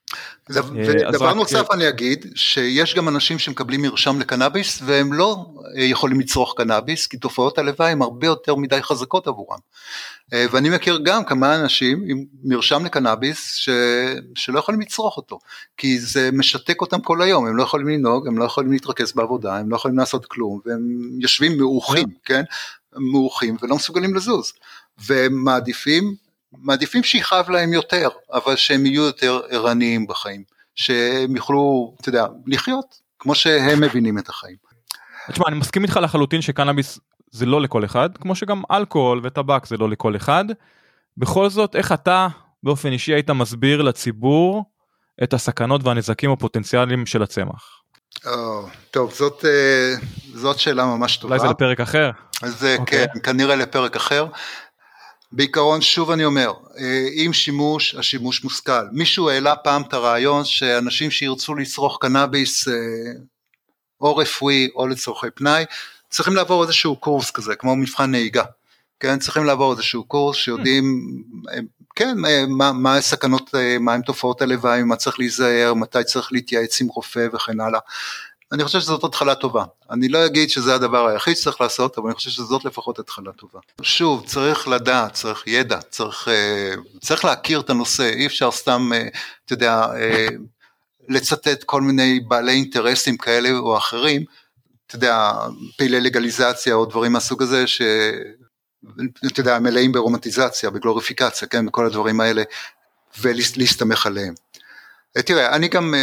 ודבר נוסף אני אגיד, שיש גם אנשים שמקבלים מרשם לקנאביס, והם לא יכולים לצרוך קנאביס, כי תופעות הלוואי הן הרבה יותר מדי חזקות עבורם. ואני מכיר גם כמה אנשים עם מרשם לקנאביס, שלא יכולים לצרוך אותו, כי זה משתק אותם כל היום, הם לא יכולים לנהוג, הם לא יכולים להתרכז בעבודה, הם לא יכולים לעשות כלום, והם יושבים מאוחים, כן? מאוחים ולא מסוגלים לזוז, והם מעדיפים שיחב להם יותר, אבל שהם יהיו יותר ערניים בחיים, שהם יוכלו, אתה יודע, לחיות, כמו שהם מבינים את החיים. תשמע, אני מסכים איתך לחלוטין שקנאביס זה לא לכל אחד, כמו שגם אלכוהול וטבק זה לא לכל אחד, בכל זאת, איך אתה באופן אישי היית מסביר לציבור את הסכנות והנזקים הפוטנציאליים של הצמח? טוב, זאת שאלה ממש טובה. אולי זה לפרק אחר? אז כן, כנראה לפרק אחר. בעיקרון, שוב אני אומר, עם השימוש מושכל. מישהו העלה פעם את הרעיון שאנשים שירצו לצרוך קנאביס או רפואי או לצורכי פנאי, צריכים לעבור איזשהו קורס כזה, כמו מבחן נהיגה. כן, צריכים לעבור איזשהו קורס שיודעים, כן, מה הסכנות, מה הם תופעות הלוואי, מה צריך להיזהר, מתי צריך להתייעץ עם רופא וכן הלאה. אני חושב שזאת התחלה טובה. אני לא אגיד שזה הדבר היחיד שצריך לעשות, אבל אני חושב שזאת לפחות התחלה טובה. שוב, צריך לדעת, צריך ידע, צריך להכיר את הנושא, אי אפשר סתם, אתה יודע, לצטט כל מיני בעלי אינטרסים כאלה או אחרים, אתה יודע, פעילי לגליזציה או דברים מהסוג הזה, אתה יודע, מלאים ברומטיזציה, בגלוריפיקציה, כן, בכל הדברים האלה, ולהסתמך עליהם. תראה, אני גם...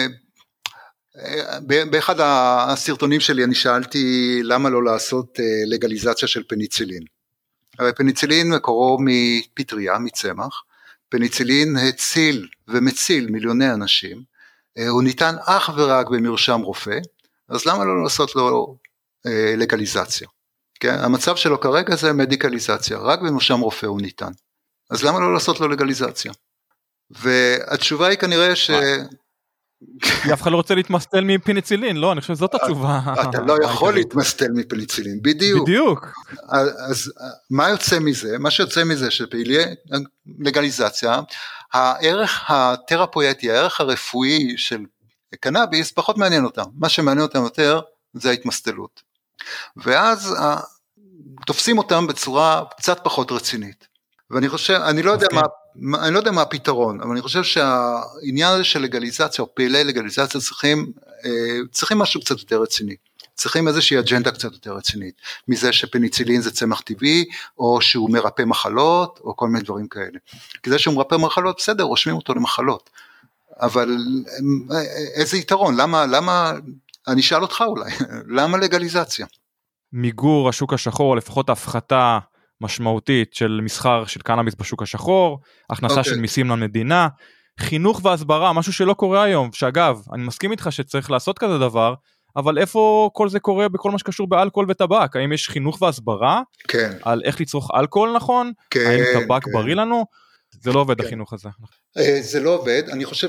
באחד הסרטונים שלי אני שאלתי למה לא לעשות לגליזציה של פניצילין. הרי פניצילין מקורו מפטריה, מצמח, פניצילין הציל ומציל מיליוני אנשים, הוא ניתן אך ורק במרשם רופא, אז למה לא לעשות לו לגליזציה? כן? המצב שלו כרגע זה מדיקליזציה, רק במרשם רופא הוא ניתן, אז למה לא לעשות לו לגליזציה? והתשובה היא כנראה אף אחד לא רוצה להתמסטל מפניצילין, לא, אני חושב שזאת התשובה. אתה לא יכול להתמסטל מפניצילין, בדיוק. בדיוק. אז מה יוצא מזה? מה שיוצא מזה שפעילי לגליזציה, הערך התרפויטי, הערך הרפואי של קנאביס פחות מעניין אותם. מה שמעניין אותם יותר זה ההתמסטלות. ואז תופסים אותם בצורה קצת פחות רצינית. ואני חושב, אני לא יודע מה הפתרון, אבל אני חושב שהעניין הזה של לגליזציה, או פעילי לגליזציה, צריכים משהו קצת יותר רציני, צריכים איזושהי אג'נדה קצת יותר רצינית, מזה שפניצילין זה צמח טבעי, או שהוא מרפא מחלות, או כל מיני דברים כאלה. כי זה שהוא מרפא מחלות, בסדר, רושמים אותו למחלות, אבל איזה יתרון, למה, אני אשאל אותך אולי, למה לגליזציה? מיגור השוק השחור, לפחות ההפחתה, משמעותית של מסחר של קנאביס בשוק השחור, הכנסה של מיסים למדינה, חינוך והסברה, משהו שלא קורה היום, שאגב, אני מסכים איתך שצריך לעשות כזה דבר, אבל איפה כל זה קורה בכל מה שקשור באלכוהול וטבק? האם יש חינוך והסברה? כן. על איך לצרוך אלכוהול נכון? כן, האם טבק כן. בריא לנו? זה לא עובד כן. החינוך הזה. זה לא עובד,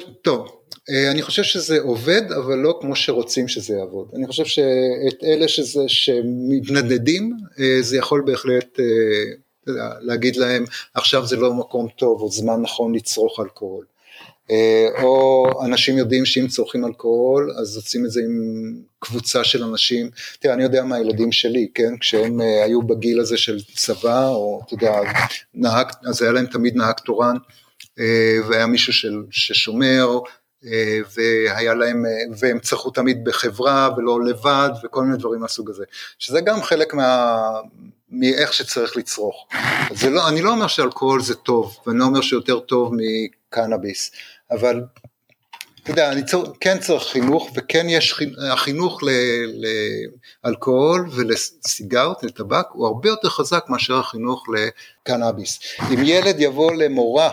אני חושב שזה עובד, אבל לא כמו שרוצים שזה יעבוד. אני חושב שאת אלה שמתנדדים, זה יכול בהחלט להגיד להם, עכשיו זה לא מקום טוב, או זמן נכון לצרוך אלכוהול. או אנשים יודעים שאם צורכים אלכוהול, אז עושים את זה עם קבוצה של אנשים. תראה, אני יודע מה הילדים שלי, כן? כשהם היו בגיל הזה של צבא, או אתה יודע, אז היה להם תמיד נהג תורן, והיה מישהו ששומר, והיה להם, והם צרכו תמיד בחברה ולא לבד, וכל מיני דברים מהסוג הזה, שזה גם חלק מאיך שצריך לצרוך. זה לא, אני לא אומר שאלכוהול זה טוב, ואני לא אומר שיותר טוב מקנאביס, אבל אתה יודע, אני כן צריך חינוך, וכן יש החינוך לאלכוהול ולסיגרות, לטבק, הוא הרבה יותר חזק מאשר החינוך לקנאביס. אם ילד יבוא למורה,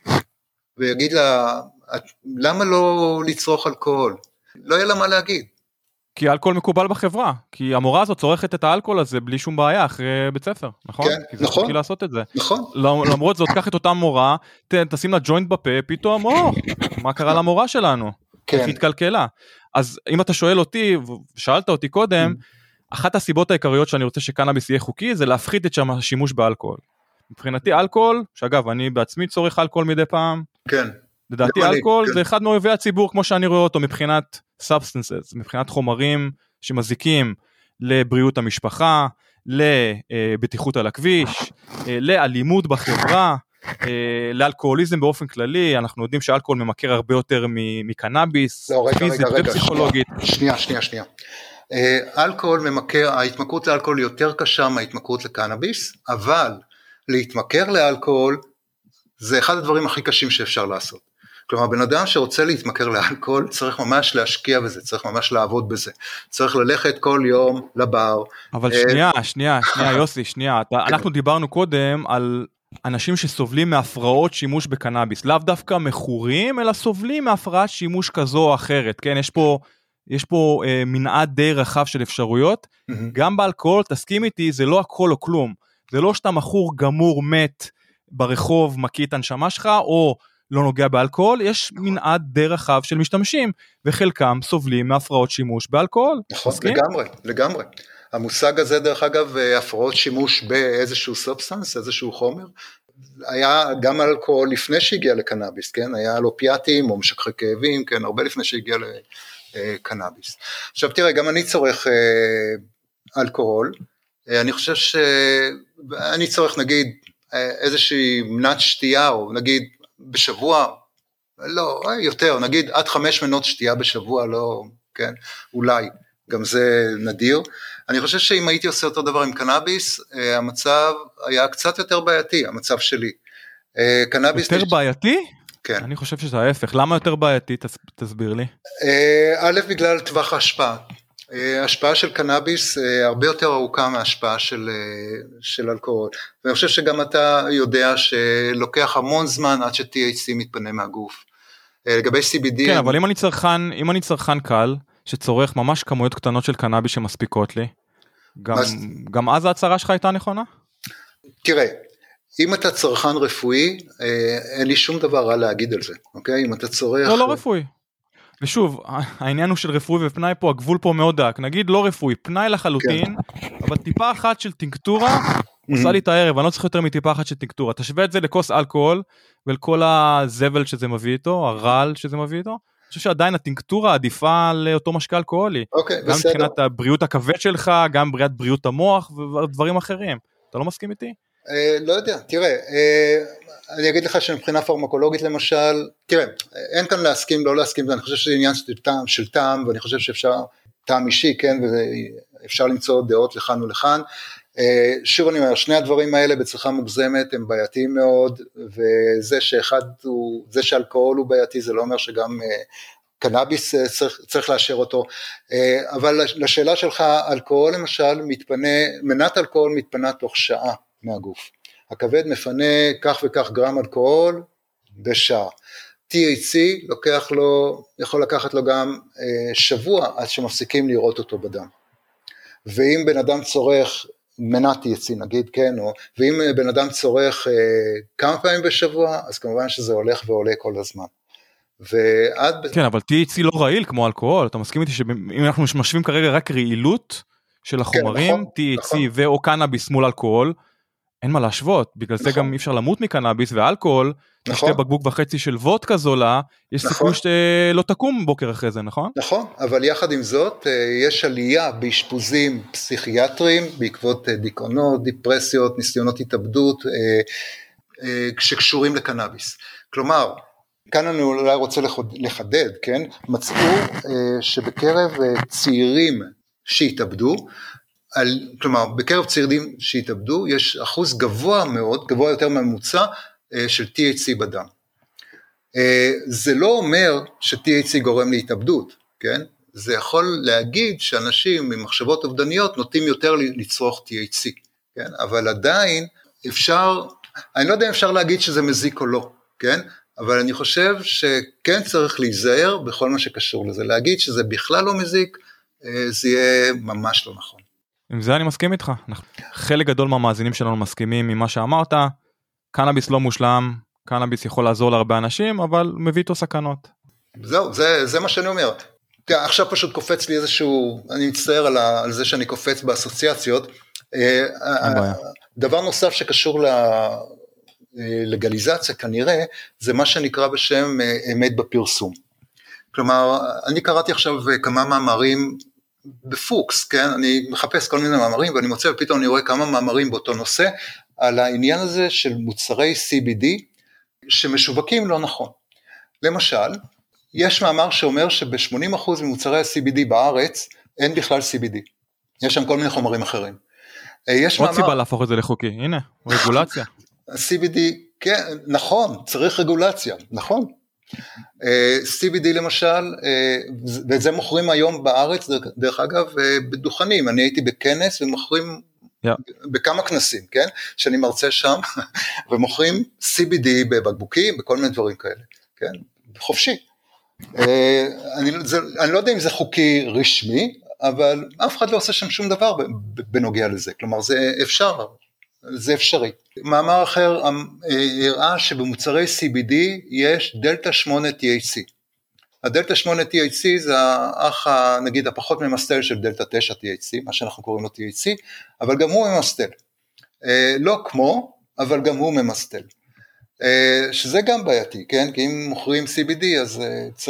ויגיד לה, למה לא לצרוך אלכוהול? לא יהיה לה מה להגיד. כי אלכוהול מקובל בחברה, כי המורה הזאת צורכת את האלכוהול הזה בלי שום בעיה אחרי בית ספר, נכון? כן, כי זה נכון. חוקי לעשות את זה. נכון. למרות זאת, קח את אותה מורה, תשים לה ג'וינט בפה, פתאום, מה קרה למורה שלנו? כן. איך התקלקלה? אז אם אתה שואל אותי, ושאלת אותי קודם, אחת הסיבות העיקריות שאני רוצה שקנאביס יהיה חוקי, זה להפחית את השימוש באלכוהול. מבחינתי אלכוהול, שאגב, אני בעצמי צורך אלכוהול מדי פעם, כן. לדעתי אלכוהול זה אחד מאויבי הציבור, כמו שאני רואה אותו מבחינת substances, מבחינת חומרים שמזיקים לבריאות המשפחה, לבטיחות על הכביש, לאלימות בחברה, לאלכוהוליזם באופן כללי. אנחנו יודעים שאלכוהול ממכר הרבה יותר מקנאביס, פיזית ופסיכולוגית. שנייה. אלכוהול ממכר, ההתמכרות לאלכוהול יותר קשה מההתמכרות לקנאביס, אבל להתמכר לאלכוהול זה אחד הדברים הכי קשים שאפשר לעשות. כלומר, בן אדם שרוצה להתמכר לאלכוהול, צריך ממש להשקיע בזה, צריך ממש לעבוד בזה, צריך ללכת כל יום לבר. אבל שנייה, יוסי, אנחנו דיברנו קודם על אנשים שסובלים מהפרעות שימוש בקנאביס, לאו דווקא מכורים, אלא סובלים מהפרעת שימוש כזו או אחרת, כן? יש פה מנעד די רחב של אפשרויות, גם באלכוהול, תסכים איתי, זה לא הכל או כלום, זה לא שאתה מכור גמור מת ברחוב, מקיא את הנשמה שלך, או לא נוגע באלכוהול, יש מנעד די רחב של משתמשים, וחלקם סובלים מהפרעות שימוש באלכוהול. נכון, לגמרי. המושג הזה דרך אגב, הפרעות שימוש באיזשהו סובסטנס, איזשהו חומר, היה גם אלכוהול לפני שהגיע לקנאביס, כן? היה על אופיאטים או משככי כאבים, כן? הרבה לפני שהגיע לקנאביס. עכשיו תראה, גם אני צורך אלכוהול, אני חושב שאני צורך נגיד איזושהי מנת שתייה, או נגיד בשבוע, לא, יותר, נגיד עד 5 מנות שתייה בשבוע, לא, כן, אולי, גם זה נדיר. אני חושב שאם הייתי עושה אותו דבר עם קנאביס, המצב היה קצת יותר בעייתי, המצב שלי. קנאביס יותר בעייתי? כן. אני חושב שזה ההפך, למה יותר בעייתי? תסביר לי. א', בגלל טווח ההשפעה. ההשפעה של קנאביס הרבה יותר ארוכה מההשפעה של אלכוהול, ואני חושב שגם אתה יודע שלוקח המון זמן עד ש-THC מתפנה מהגוף. לגבי CBD... כן, אבל אם אני צרכן קל, שצורך ממש כמויות קטנות של קנאביס שמספיקות לי, גם אז ההצהרה שלך הייתה נכונה? תראה, אם אתה צרכן רפואי, אין לי שום דבר רע להגיד על זה, אוקיי? אם אתה צורך... לא רפואי. ושוב, העניין הוא של רפואי ופנאי פה, הגבול פה מאוד דק, נגיד לא רפואי, פנאי לחלוטין, אבל טיפה אחת של טינקטורה, עושה לי את הערב, אני לא צריך יותר מטיפה אחת של טינקטורה, תשווה את זה לכוס אלכוהול, ולכל הזבל שזה מביא איתו, הרעל שזה מביא איתו, אני חושב שעדיין הטינקטורה עדיפה לאותו משקה אלכוהולי, גם מבחינת הבריאות הכבד שלך, גם בריאות המוח ודברים אחרים, אתה לא מסכים איתי? לא יודע, תראה, אני אגיד לך שמבחינה פרמקולוגית למשל, תראה, אין כאן להסכים, לא להסכים, אני חושב שזה עניין של טעם, ואני חושב שאפשר, טעם אישי, כן, ואפשר למצוא דעות לכאן ולכאן, שוב אני אומר, שני הדברים האלה בצריכה מוגזמת הם בעייתיים מאוד, וזה שאחד הוא, זה שאלכוהול הוא בעייתי, זה לא אומר שגם קנאביס צריך לאשר אותו, אבל לשאלה שלך, אלכוהול למשל מתפנה, מנת אלכוהול מתפנה תוך שעה מהגוף, הכבד מפנה כך וכך גרם אלכוהול בשעה, THC יכול לקחת לו גם שבוע עד שמפסיקים לראות אותו בדם. ואם בן אדם צורך מנת THC נגיד, כן, ואם בן אדם צורך כמה פעמים בשבוע, אז כמובן שזה הולך ועולה כל הזמן. כן, אבל THC לא רעיל כמו אלכוהול, אתה מסכים איתי שאם אנחנו משווים כרגע רק רעילות של החומרים, THC ואו קנאביס מול אלכוהול, אין מה להשוות, בגלל זה גם אי אפשר למות מקנאביס ואלכוהול, כשתי בקבוק וחצי של וודקה זולה, יש סיכוי שלא תקום בוקר אחרי זה, נכון? נכון, אבל יחד עם זאת, יש עלייה באשפוזים פסיכיאטריים, בעקבות דיכאונות, דיפרסיות, ניסיונות התאבדות, שקשורים לקנאביס. כלומר, כאן אני אולי רוצה לחדד, כן? מצאו שבקרב צעירים שהתאבדו, כלומר, בקרב צעירים שהתאבדו, יש אחוז גבוה מאוד, גבוה יותר מהממוצע, של THC בדם. זה לא אומר ש-THC גורם להתאבדות, כן? זה יכול להגיד שאנשים עם מחשבות אובדניות נוטים יותר לצרוך THC, כן? אבל עדיין אפשר, אני לא יודע אם אפשר להגיד שזה מזיק או לא, כן? אבל אני חושב שכן צריך להיזהר בכל מה שקשור לזה. להגיד שזה בכלל לא מזיק, זה יהיה ממש לא נכון. עם זה אני מסכים איתך. חלק גדול מהמאזינים שלנו מסכימים עם מה שאמרת, קנאביס לא מושלם, קנאביס יכול לעזור להרבה אנשים, אבל מביא איתו סכנות. זהו, זה מה שאני אומר. עכשיו פשוט קופץ לי איזשהו, אני מצטער על זה שאני קופץ באסוציאציות. דבר נוסף שקשור לגליזציה כנראה, זה מה שנקרא בשם אמת בפרסום. כלומר, אני קראתי עכשיו כמה מאמרים בפוקס, כן? אני מחפש כל מיני מאמרים, ואני מוצא ופתאום אני רואה כמה מאמרים באותו נושא, על העניין הזה של מוצרי CBD, שמשווקים לא נכון. למשל, יש מאמר שאומר שב-80% ממוצרי ה-CBD בארץ, אין בכלל CBD. יש שם כל מיני חומרים אחרים. עוד סיבה להפוך את זה לחוקי, הנה, רגולציה. CBD, כן, נכון, צריך רגולציה, נכון. CBD למשל, ואת זה מוכרים היום בארץ, דרך אגב, בדוכנים, אני הייתי בכנס ומוכרים בכמה כנסים, כן, שאני מרצה שם, ומוכרים CBD בבקבוקים, בכל מיני דברים כאלה, כן, חופשי. אני לא יודע אם זה חוקי רשמי, אבל אף אחד לא עושה שם שום דבר בנוגע לזה, כלומר זה אפשר, זה אפשרי. מאמר אחר הראה שבמוצרי CBD יש דלטה 8 THC. הדלטה 8 THC זה האח, נגיד, הפחות ממסטל של דלטה 9 THC, מה שאנחנו קוראים לו THC, אבל גם הוא ממסטל. לא כמו, אבל גם הוא ממסטל. שזה גם בעייתי, כן? כי אם מוכרים CBD, אז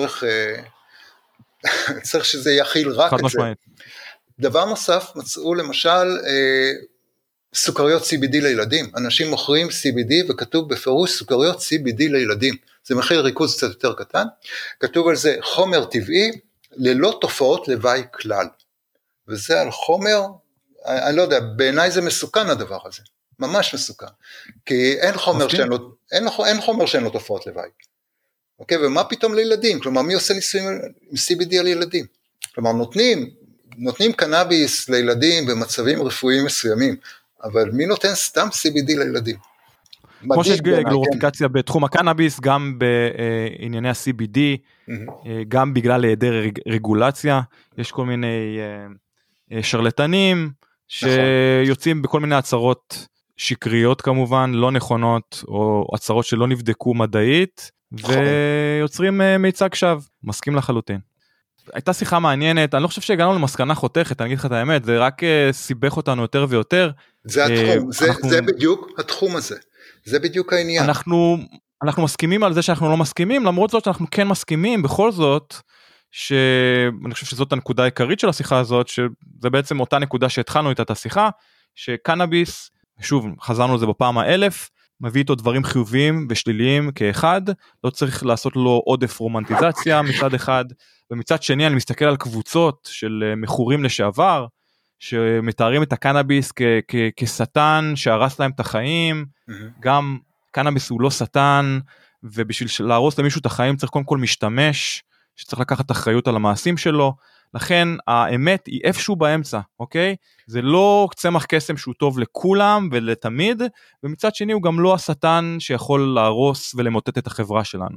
צריך שזה יכיל רק את זה. דבר נוסף, מצאו למשל סוכריות CBD לילדים. אנשים מוכרים CBD וכתוב בפירוש סוכריות CBD לילדים. זה מכיל ריכוז קצת יותר קטן. כתוב על זה חומר טבעי ללא תופעות לוואי כלל. וזה על חומר, אני לא יודע, בעיניי זה מסוכן הדבר הזה. ממש מסוכן. כי אין חומר שאין לו תופעות לוואי. אוקיי, ומה פתאום לילדים? כלומר, מי עושה ניסויים עם CBD על ילדים? כלומר, נותנים קנאביס לילדים במצבים רפואיים מסוימים, אבל מי נותן סתם CBD לילדים? כמו שיש גלוריפיקציה בתחום הקנאביס, גם בענייני ה-CBD, גם בגלל היעדר רגולציה, יש כל מיני שרלטנים, שיוצאים בכל מיני הצהרות שקריות כמובן, לא נכונות, או הצהרות שלא נבדקו מדעית, ויוצרים מיצג שווא, מסכים לחלוטין. הייתה שיחה מעניינת, אני לא חושב שהגענו למסקנה חותכת, אני אגיד לך את האמת, זה רק סיבך אותנו יותר ויותר. זה התחום, זה בדיוק התחום הזה, זה בדיוק העניין. אנחנו מסכימים על זה שאנחנו לא מסכימים, למרות זאת שאנחנו כן מסכימים, בכל זאת, שאני חושב שזאת הנקודה העיקרית של השיחה הזאת, שזה בעצם אותה נקודה שהתחלנו איתה את השיחה, שקנאביס, שוב, חזרנו לזה בפעם ה-1000, מביא איתו דברים חיוביים ושליליים כאחד, לא צריך לעשות לו עודף רומנטיזציה מצד אחד, ומצד שני אני מסתכל על קבוצות של מכורים לשעבר, שמתארים את הקנאביס כשטן שהרס להם את החיים, גם קנאביס הוא לא שטן, ובשביל להרוס למישהו את החיים צריך קודם כל משתמש, שצריך לקחת אחריות על המעשים שלו, לכן האמת היא איפשהו באמצע, אוקיי? זה לא צמח קסם שהוא טוב לכולם ולתמיד, ומצד שני הוא גם לא השטן שיכול להרוס ולמוטט את החברה שלנו.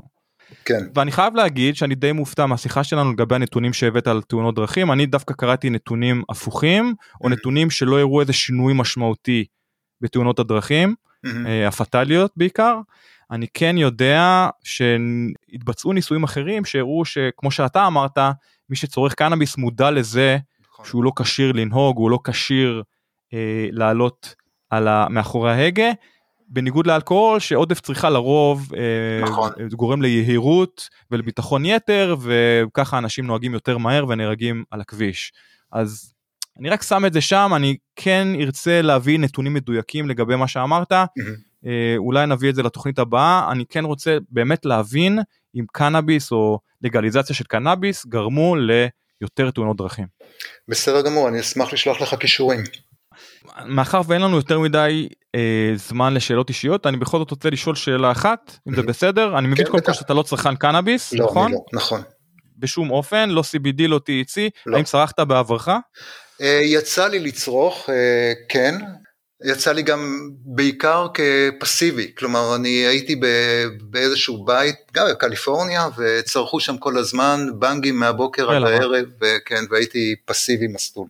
כן. ואני חייב להגיד שאני די מופתע מהשיחה שלנו לגבי הנתונים שהבאת על תאונות דרכים, אני דווקא קראתי נתונים הפוכים, או נתונים שלא הראו איזה שינוי משמעותי בתאונות הדרכים, הפטליות בעיקר. אני כן יודע שהתבצעו ניסויים אחרים שהראו שכמו שאתה אמרת, מי שצורך קנאביס מודע לזה שהוא לא כשיר לנהוג, הוא לא כשיר לעלות מאחורי ההגה, בניגוד לאלכוהול שעודף צריכה לרוב גורם ליהירות ולביטחון יתר, וככה אנשים נוהגים יותר מהר ונהרגים על הכביש. אז אני רק שם את זה שם, אני כן ארצה להביא נתונים מדויקים לגבי מה שאמרת, אולי נביא את זה לתוכנית הבאה, אני כן רוצה באמת להבין אם קנאביס או לגליזציה של קנאביס גרמו ליותר תאונות דרכים. בסדר גמור, אני אשמח לשלוח לך קישורים. מאחר ואין לנו יותר מדי זמן לשאלות אישיות, אני בכל זאת רוצה לשאול שאלה אחת, אם זה בסדר, אני מבין קודם כל שאתה לא צרכן קנאביס, נכון? לא, נכון. בשום אופן, לא CBD, לא THC, האם צרכת בעברך? יצא לי לצרוך, כן, יצא לי גם בעיקר כפסיבי, כלומר אני הייתי באיזשהו בית, גם בקליפורניה, וצרכו שם כל הזמן בנגים מהבוקר עד הערב, וכן, והייתי פסיבי מסלול.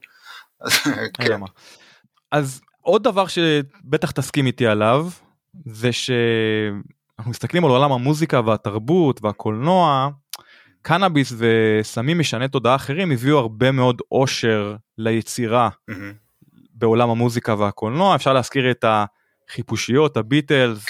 אז עוד דבר שבטח תסכים איתי עליו, זה שאנחנו מסתכלים על עולם המוזיקה והתרבות והקולנוע, קנאביס וסמים משני תודעה אחרים הביאו הרבה מאוד אושר ליצירה בעולם המוזיקה והקולנוע, אפשר להזכיר את החיפושיות, הביטלס,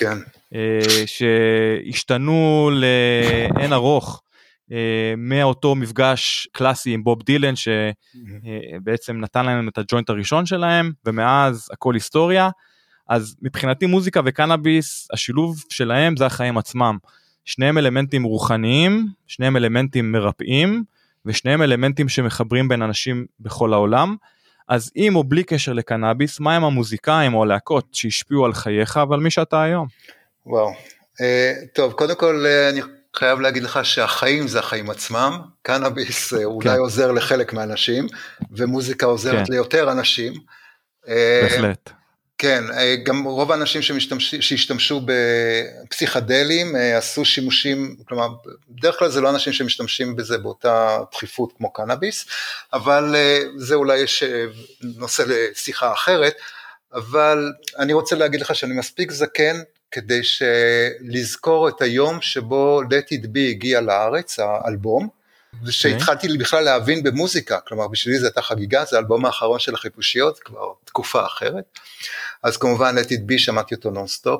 שהשתנו לאין ארוך, מאותו מפגש קלאסי עם בוב דילן, שבעצם נתן להם את הג'וינט הראשון שלהם, ומאז הכל היסטוריה. אז מבחינתי מוזיקה וקנאביס, השילוב שלהם זה החיים עצמם, שניהם אלמנטים רוחניים, שניהם אלמנטים מרפאים, ושניהם אלמנטים שמחברים בין אנשים בכל העולם. אז עם או בלי קשר לקנאביס, מה הם המוזיקאים או הלהקות שהשפיעו על חייך ועל מי שאתה היום? וואו, טוב, קודם כל אני חייב להגיד לך שהחיים זה החיים עצמם, קנאביס אולי עוזר לחלק מהאנשים, ומוזיקה עוזרת ליותר אנשים. בהחלט. כן, גם רוב האנשים שהשתמשו בפסיכדלים עשו שימושים, כלומר, בדרך כלל זה לא אנשים שמשתמשים בזה באותה דחיפות כמו קנאביס, אבל זה אולי יש נושא לשיחה אחרת, אבל אני רוצה להגיד לך שאני מספיק זקן, כדי לזכור את היום שבו Let It Be הגיע לארץ, האלבום, ושהתחלתי בכלל להבין במוזיקה, כלומר בשבילי זה הייתה חגיגה, זה האלבום האחרון של החיפושיות, כבר תקופה אחרת, אז כמובן Let It Be שמעתי אותו נונסטופ,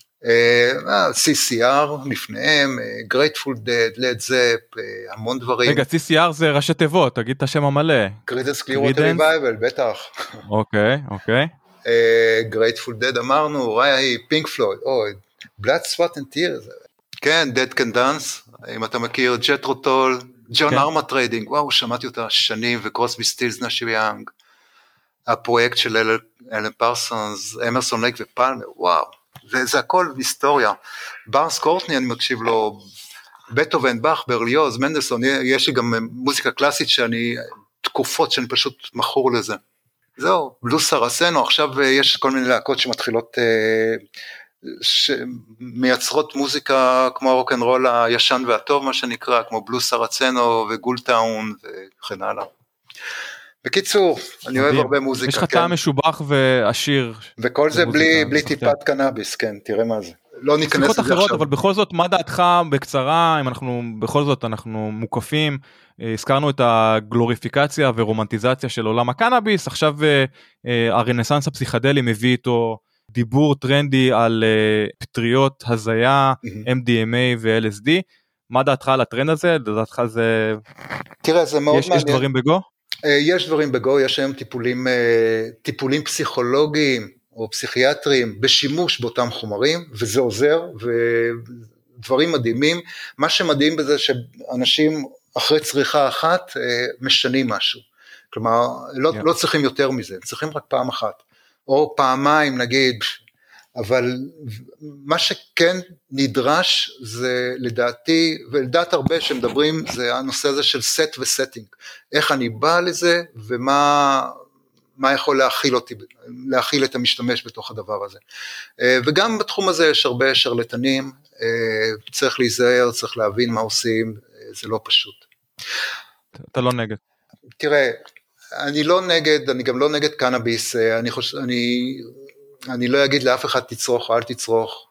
CCR לפניהם, Grateful Dead, Led Zepp, המון דברים. רגע, CCR זה ראשי תיבות, תגיד את השם המלא. Creedence Clearwater Revival, בטח. אוקיי. Grateful Dead אמרנו, ראי, Pink Floyd, Blood, Sweat and Tears, כן, Dead Can Dance, אם אתה מכיר, Jethro Tull, ג'ון ארמטריידינג, וואו, שמעתי אותה שנים, וקרוסבי סטילס, נשי יאנג, הפרויקט של אלן פרסונס, אמרסון לייק ופלמר, וואו, זה הכל היסטוריה. ברס קורטני, אני מקשיב לו, בטהובן, באך, ברליוז, מנדלסון, יש לי גם מוזיקה קלאסית תקופות שאני פשוט מכור לזה. זהו, בלוס סרסנו, עכשיו יש כל מיני להקות שמתחילות, שמייצרות מוזיקה כמו הרוק'נ'רול הישן והטוב, מה שנקרא, כמו בלוס סרסנו וגולטאון וכן הלאה. בקיצור, אני אוהב הרבה מוזיקה. יש לך טעם משובח ועשיר. וכל זה בלי טיפת קנאביס, כן, תראה מה זה. לא ניכנס לזה עכשיו. אבל בכל זאת, מה דעתך בקצרה, אם בכל זאת אנחנו מוקפים, הזכרנו את הגלוריפיקציה ורומנטיזציה של עולם הקנאביס, עכשיו הרנסנס הפסיכדלי מביא איתו דיבור טרנדי על פטריות הזיה, MDMA ו-LSD, מה דעתך על הטרנד הזה? דעתך זה... תראה, זה מאוד מעניין. יש דברים בגו? יש דברים בגו, יש היום טיפולים פסיכולוגיים או פסיכיאטריים בשימוש באותם חומרים, וזה עוזר, ודברים מדהימים. מה שמדהים בזה שאנשים אחרי צריכה אחת משנים משהו. כלומר, לא צריכים יותר מזה, צריכים רק פעם אחת, או פעמיים נגיד, אבל מה שכן נדרש זה לדעתי, ולדעת הרבה שמדברים, זה הנושא הזה של set וסטינג, איך אני בא לזה, ומה מה יכול להכיל את המשתמש בתוך הדבר הזה. וגם בתחום הזה יש הרבה שרלטנים, צריך להיזהר, צריך להבין מה עושים, זה לא פשוט. אתה לא נגד. תראה, אני לא נגד, אני גם לא נגד קנאביס, אני לא אגיד לאף אחד תצרוך או אל תצרוך,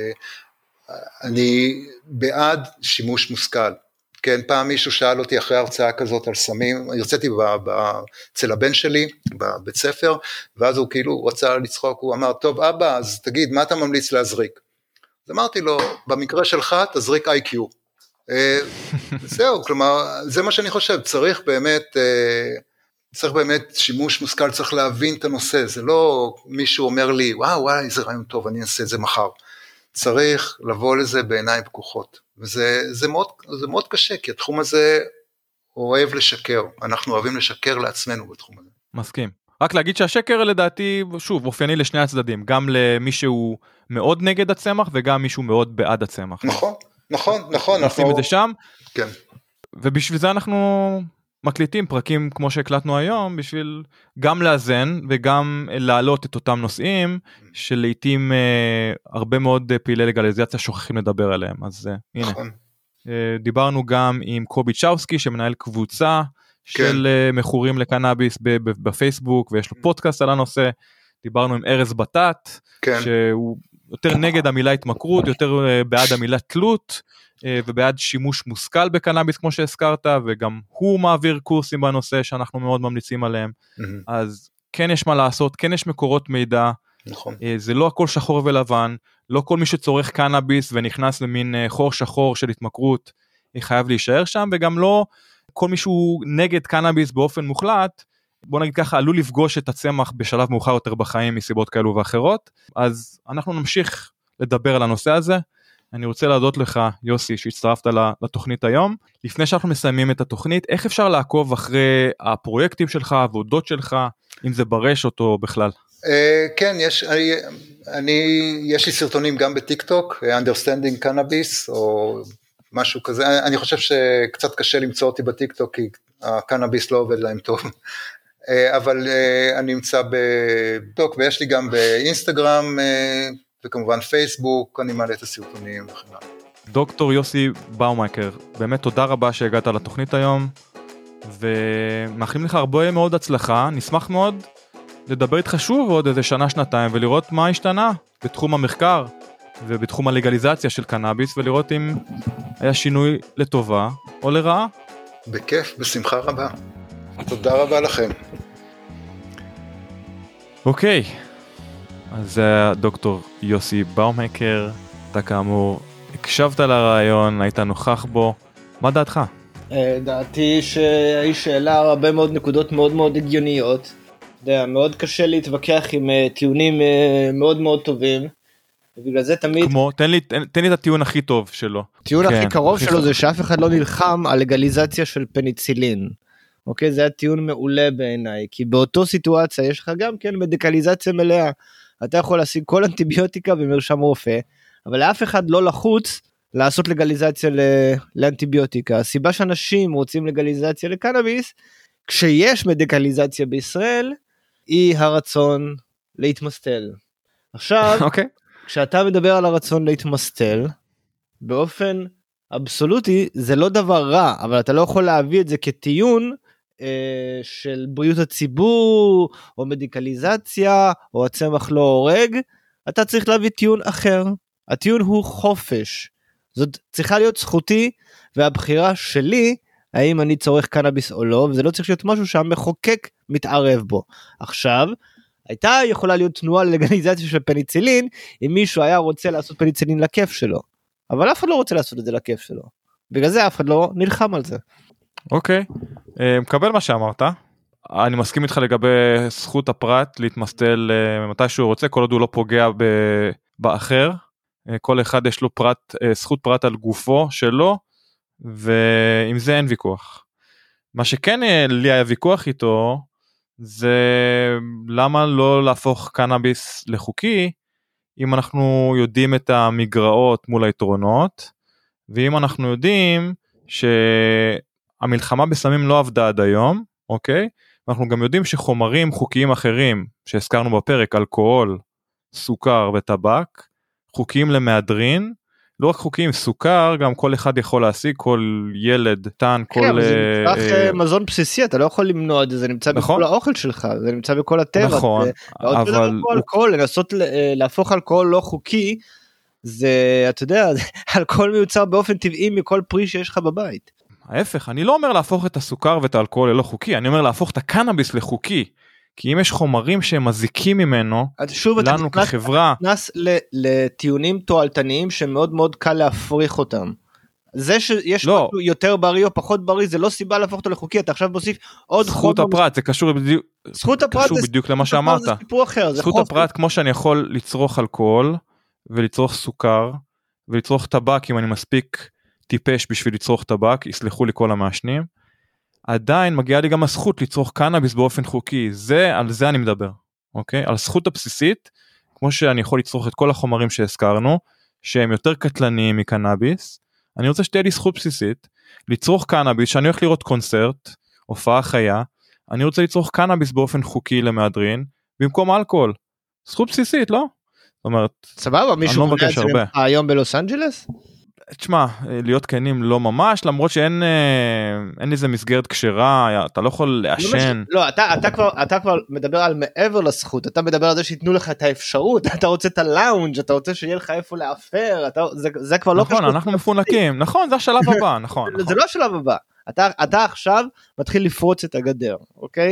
אני בעד שימוש מושכל. כן, פעם מישהו שאל אותי אחרי הרצאה כזאת על סמים, הרציתי אצל הבן שלי, בבית ספר, ואז הוא כאילו רצה לצחוק, הוא אמר, טוב אבא, אז תגיד, מה אתה ממליץ להזריק? אז אמרתי לו, במקרה שלך תזריק IQ. זהו, כלומר, זה מה שאני חושב, צריך באמת שימוש מושכל, צריך להבין את הנושא, זה לא מישהו אומר לי, וואו, איזה רעיון טוב, אני אעשה את זה מחר. צריך לבוא לזה בעיניים פקוחות, וזה מאוד קשה, כי התחום הזה אוהב לשקר, אנחנו אוהבים לשקר לעצמנו בתחום הזה. מסכים. רק להגיד שהשקר לדעתי, שוב, אופייני לשני הצדדים, גם למי שהוא מאוד נגד הצמח, וגם מישהו מאוד בעד הצמח. נכון. נשים את זה שם, כן. ובשביל זה אנחנו מקליטים פרקים כמו שהקלטנו היום, בשביל גם לאזן וגם להעלות את אותם נושאים, שלעיתים הרבה מאוד פעילי לגליזציה שוכחים לדבר עליהם, אז הנה. דיברנו גם עם קובי צ'אוסקי, שמנהל קבוצה של מכורים לקנאביס בפייסבוק, ויש לו פודקאסט על הנושא, דיברנו עם ארז בטט, שהוא יותר נגד המילה התמכרות, יותר בעד המילה תלות, ובעד שימוש מושכל בקנאביס כמו שהזכרת, וגם הוא מעביר קורסים בנושא שאנחנו מאוד ממליצים עליהם, אז כן יש מה לעשות, כן יש מקורות מידע, זה לא הכל שחור ולבן, לא כל מי שצורך קנאביס ונכנס למין חור שחור של התמכרות, חייב להישאר שם, וגם לא כל מי שהוא נגד קנאביס באופן מוחלט, בוא נגיד ככה, עלול לפגוש את הצמח בשלב מאוחר יותר בחיים מסיבות כאלו ואחרות, אז אנחנו נמשיך לדבר על הנושא הזה. אני רוצה להודות לך, יוסי, שהצטרפת לתוכנית היום. לפני שאנחנו מסיימים את התוכנית, איך אפשר לעקוב אחרי הפרויקטים שלך, העבודות שלך, אם זה ברשת או בכלל? כן, יש לי סרטונים גם בטיק טוק, Understanding Cannabis, או משהו כזה. אני חושב שקצת קשה למצוא אותי בטיק טוק, כי הקנאביס לא עובד להם טוב. אבל אני נמצא בטוק, ויש לי גם באינסטגרם, וכמובן פייסבוק, אני מעלה את הסרטונים וכן הלאה. דוקטור יוסי באומייקר, באמת תודה רבה שהגעת לתוכנית היום, ומאחלים לך הרבה מאוד הצלחה, נשמח מאוד לדבר איתך שוב עוד איזה שנה-שנתיים, ולראות מה השתנה בתחום המחקר, ובתחום הלגליזציה של קנאביס, ולראות אם היה שינוי לטובה או לרעה. בכיף, בשמחה רבה. תודה רבה לכם. אוקיי, אז זה דוקטור יוסי באומייקר, אתה כאמור הקשבת לרעיון, היית נוכח בו, מה דעתך? דעתי שהאיש העלה הרבה מאוד נקודות מאוד מאוד הגיוניות, מאוד קשה להתווכח עם טיעונים מאוד מאוד טובים, ובגלל זה תמיד... כמו, תן לי את הטיעון הכי טוב שלו. הטיעון הכי קרוב שלו זה שאף אחד לא נלחם על לגליזציה של פניצילין. אוקיי, זה הטיעון מעולה בעיניי, כי באותו סיטואציה יש לך גם כן מדיקליזציה מלאה, אתה יכול להשיג כל אנטיביוטיקה במרשם רופא, אבל לאף אחד לא לחוץ לעשות לגליזציה לאנטיביוטיקה. הסיבה שאנשים רוצים לגליזציה לקנאביס, כשיש מדיקליזציה בישראל, היא הרצון להתמסטל. עכשיו, כשאתה מדבר על הרצון להתמסטל, באופן אבסולוטי זה לא דבר רע, אבל אתה לא יכול להביא את זה כטיעון של בריאות הציבור, או מדיקליזציה, או הצמח לא הורג, אתה צריך להביא טיעון אחר. הטיעון הוא חופש. זאת צריכה להיות זכותי, והבחירה שלי, האם אני צורך קנאביס או לא, וזה לא צריך להיות משהו שהמחוקק מתערב בו. עכשיו, הייתה יכולה להיות תנועה ללגליזציה של פניצילין, אם מישהו היה רוצה לעשות פניצילין לכיף שלו. אבל אף אחד לא רוצה לעשות את זה לכיף שלו. בגלל זה אף אחד לא נלחם על זה. אוקיי, מקבל מה שאמרת. אני מסכים איתך לגבי זכות הפרט להתמסטל מתי שהוא רוצה, כל עוד הוא לא פוגע באחר. כל אחד יש לו זכות פרט על גופו שלו, ועם זה אין ויכוח. מה שכן לי היה ויכוח איתו, זה למה לא להפוך קנאביס לחוקי, אם אנחנו יודעים את המגרעות מול היתרונות, ואם אנחנו יודעים שהמלחמה בסמים לא עבדה עד היום, אוקיי? ואנחנו גם יודעים שחומרים חוקיים אחרים שהזכרנו בפרק, אלכוהול, סוכר וטבק, חוקיים למהדרין, לא רק חוקיים, סוכר, גם כל אחד יכול להשיג, כל ילד, טן, כל... כן, זה מצרך מזון בסיסי, אתה לא יכול למנוע את זה, זה נמצא בכל האוכל שלך, זה נמצא בכל הטבע. נכון, אבל... אלכוהול, לנסות להפוך אלכוהול לא חוקי, זה, אתה יודע, אלכוהול מיוצר באופן טבעי מכל פרי שיש לך בבית. ההפך, אני לא אומר להפוך את הסוכר ואת האלכוהול ללא חוקי, אני אומר להפוך את הקנאביס לחוקי, כי אם יש חומרים שהם מזיקים ממנו, לנו כחברה... אתה נכנס לטיעונים תועלתניים שמאוד מאוד קל להפריך אותם. זה שיש משהו יותר בריא או פחות בריא, זה לא סיבה להפוך אותו לחוקי, אתה עכשיו מוסיף עוד חומר... זכות הפרט, זה קשור בדיוק למה שאמרת. זכות הפרט, כמו שאני יכול לצרוך אלכוהול, ולצרוך סוכר, ולצרוך טבק, אם אני מספיק טיפש בשביל לצרוך טבק, יסלחו לי כל המעשנים, עדיין מגיעה לי גם הזכות לצרוך קנאביס באופן חוקי, על זה אני מדבר, אוקיי? על הזכות הבסיסית, כמו שאני יכול לצרוך את כל החומרים שהזכרנו, שהם יותר קטלניים מקנאביס, אני רוצה שתהיה לי זכות בסיסית, לצרוך קנאביס, שאני הולך לראות קונצרט, הופעה חיה, אני רוצה לצרוך קנאביס באופן חוקי למהדרין, במקום אלכוהול, זכות בסיסית, לא? זאת אומרת, סבבה, מישהו מונה את זה היום בלוס אנג'לס? תשמע, להיות כנים לא ממש, למרות שאין איזה מסגרת כשרה, אתה לא יכול לעשן. לא, אתה כבר מדבר על מעבר לזכות, אתה מדבר על זה שיתנו לך את האפשרות, אתה רוצה את הלאונג', אתה רוצה שיהיה לך איפה לאפר, זה כבר לא חשוב. נכון, אנחנו מפונקים, נכון, זה השלב הבא, נכון. זה לא השלב הבא, אתה עכשיו מתחיל לפרוץ את הגדר, אוקיי?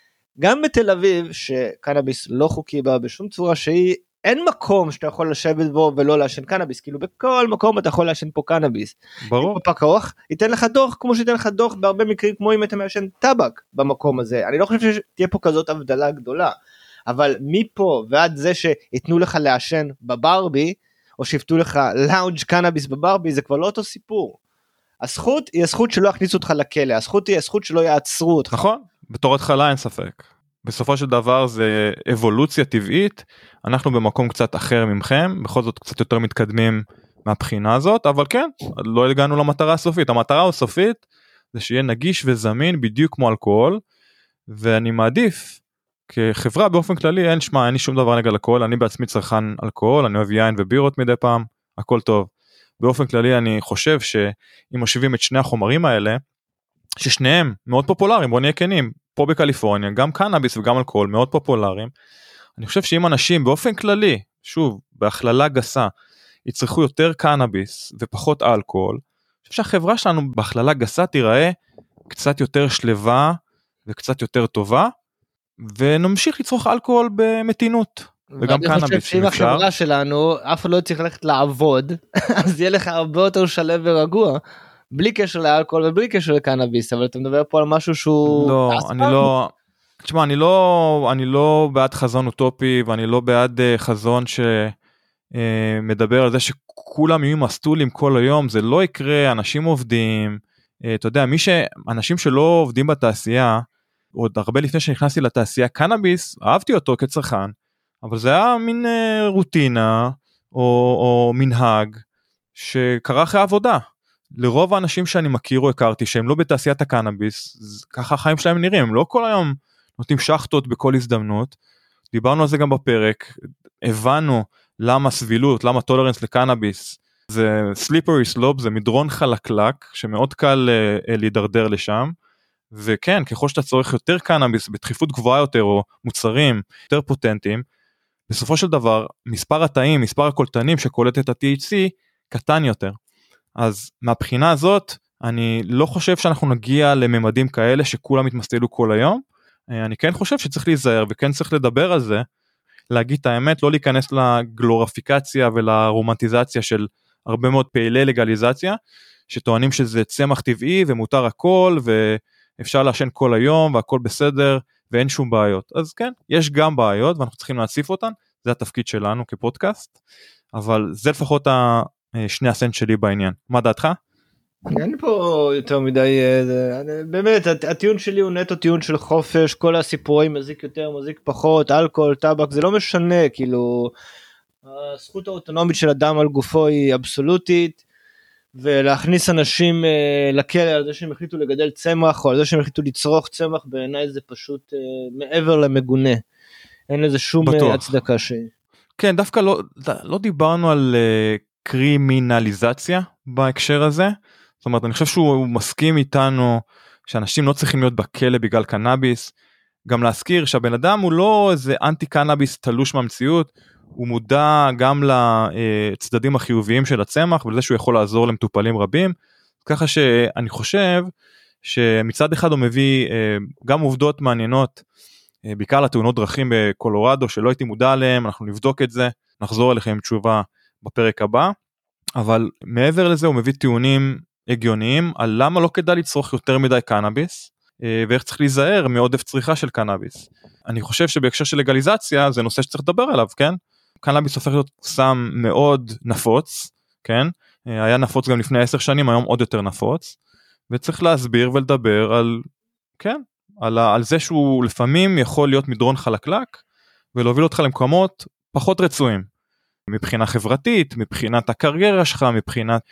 גם בתל אביב, שקנאביס לא חוקי בה בשום צורה שהיא, אין מקום שאתה יכול לשבת בו ולא לעשן קנאביס, כאילו בכל מקום אתה יכול לעשן פה קנאביס. ברור. פקח ייתן לך דוח, כמו שייתן לך דוח בהרבה מקרים, כמו אם אתה מעשן טבק במקום הזה. אני לא חושב שתהיה פה כזאת הבדלה גדולה, אבל מפה ועד זה שיתנו לך לעשן בברבי, או שיפתו לך לאונג' קנאביס בברבי, זה כבר לא אותו סיפור. הזכות היא הזכות שלא יכניסו אותך לכלא, הזכות היא הזכות שלא יעצרו אותך. נכון, בתור התחלה אין ספק. בסופו של דבר זה אבולוציה טבעית, אנחנו במקום קצת אחר ממכם, בכל זאת קצת יותר מתקדמים מהבחינה הזאת, אבל כן, לא הגענו למטרה הסופית, המטרה הסופית זה שיהיה נגיש וזמין בדיוק כמו אלכוהול, ואני מעדיף, כחברה באופן כללי, אין לי שום דבר נגד אלכוהול, אני בעצמי צרכן אלכוהול, אני אוהב יין ובירות מדי פעם, הכל טוב. באופן כללי אני חושב שאם משווים את שני החומרים האלה, ששניהם מאוד פופולריים, בוא נהיה כנים, פה בקליפורניה, גם קנאביס וגם אלכוהול מאוד פופולריים, אני חושב שאם אנשים באופן כללי, שוב, בהכללה גסה, יצרכו יותר קנאביס ופחות אלכוהול, אני חושב שהחברה שלנו בהכללה גסה תיראה קצת יותר שלווה וקצת יותר טובה, ונמשיך לצרוך אלכוהול במתינות, וגם קנאביס. אני חושב שאם החברה שלנו, אף אחד לא צריך ללכת לעבוד, אז יהיה לך הרבה יותר שלב ורגוע, בלי קשר לאלכוהול ובלי קשר לקנאביס, אבל אתה מדבר פה על משהו שהוא... לא, תשמע, אני לא בעד חזון אוטופי, ואני לא בעד חזון שמדבר על זה שכולם יהיו מסטולים כל היום, זה לא יקרה, אנשים עובדים, אתה יודע, אנשים שלא עובדים בתעשייה, עוד הרבה לפני שנכנסתי לתעשייה, קנאביס, אהבתי אותו כצרכן, אבל זה היה מין רוטינה, או מנהג, שקרה אחרי עבודה. לרוב האנשים שאני מכיר או הכרתי, שהם לא בתעשיית הקנאביס, ככה החיים שלהם נראים, הם לא כל היום נותנים שחטות בכל הזדמנות, דיברנו על זה גם בפרק, הבנו למה סבילות, למה טולרנס לקנאביס, זה slippery slope, זה מדרון חלקלק, שמאוד קל להידרדר לשם, וכן, ככל שאתה צורך יותר קנאביס, בדחיפות גבוהה יותר, או מוצרים יותר פוטנטיים, בסופו של דבר, מספר התאים, מספר הקולטנים שקולט את ה-THC, קטן יותר. אז מהבחינה הזאת, אני לא חושב שאנחנו נגיע לממדים כאלה שכולם מתמסטלו כל היום, אני כן חושב שצריך להיזהר וכן צריך לדבר על זה, להגיד את האמת, לא להיכנס לגלוריפיקציה ולרומנטיזציה של הרבה מאוד פעילי לגליזציה, שטוענים שזה צמח טבעי ומותר הכל ואפשר לעשן כל היום והכל בסדר ואין שום בעיות. אז כן, יש גם בעיות ואנחנו צריכים להציף אותן, זה התפקיד שלנו כפודקאסט, אבל זה לפחות שני הסנט שלי בעניין. מה דעתך? אין פה יותר מדי, באמת הטיעון שלי הוא נטו טיעון של חופש, כל הסיפורים מזיק יותר, מזיק פחות, אלכוהול, טבק, זה לא משנה, כאילו הזכות האוטונומית של אדם על גופו היא אבסולוטית, ולהכניס אנשים לכלא על זה שהם החליטו לגדל צמח, או על זה שהם החליטו לצרוך צמח, בעיניי זה פשוט מעבר למגונה. אין לזה שום הצדקה שהיא. כן, דווקא לא דיברנו על קרימינליזציה בהקשר הזה. זאת אומרת, אני חושב שהוא מסכים איתנו שאנשים לא צריכים להיות בכלא בגלל קנאביס. גם להזכיר שהבן אדם הוא לא איזה אנטי קנאביס תלוש מהמציאות, הוא מודע גם לצדדים החיוביים של הצמח, ולזה שהוא יכול לעזור למטופלים רבים, ככה שאני חושב שמצד אחד הוא מביא גם עובדות מעניינות, בעיקר לתאונות דרכים בקולורדו, שלא הייתי מודע עליהם, אנחנו נבדוק את זה, נחזור אליכם עם תשובה בפרק הבא, אבל מעבר לזה הוא מביא טיעונים הגיוניים, על למה לא כדאי לצרוך יותר מדי קנאביס, ואיך צריך להיזהר מעודף צריכה של קנאביס. אני חושב שבהקשר של לגליזציה, זה נושא שצריך לדבר עליו, כן? קנאביס הופך להיות סם מאוד נפוץ, כן? היה נפוץ גם לפני 10 שנים, היום עוד יותר נפוץ, וצריך להסביר ולדבר על, כן? על זה שהוא לפעמים יכול להיות מדרון חלקלק, ולהוביל אותך למקומות פחות רצויים, מבחינה חברתית, מבחינת הקריירה שלך, מבחינת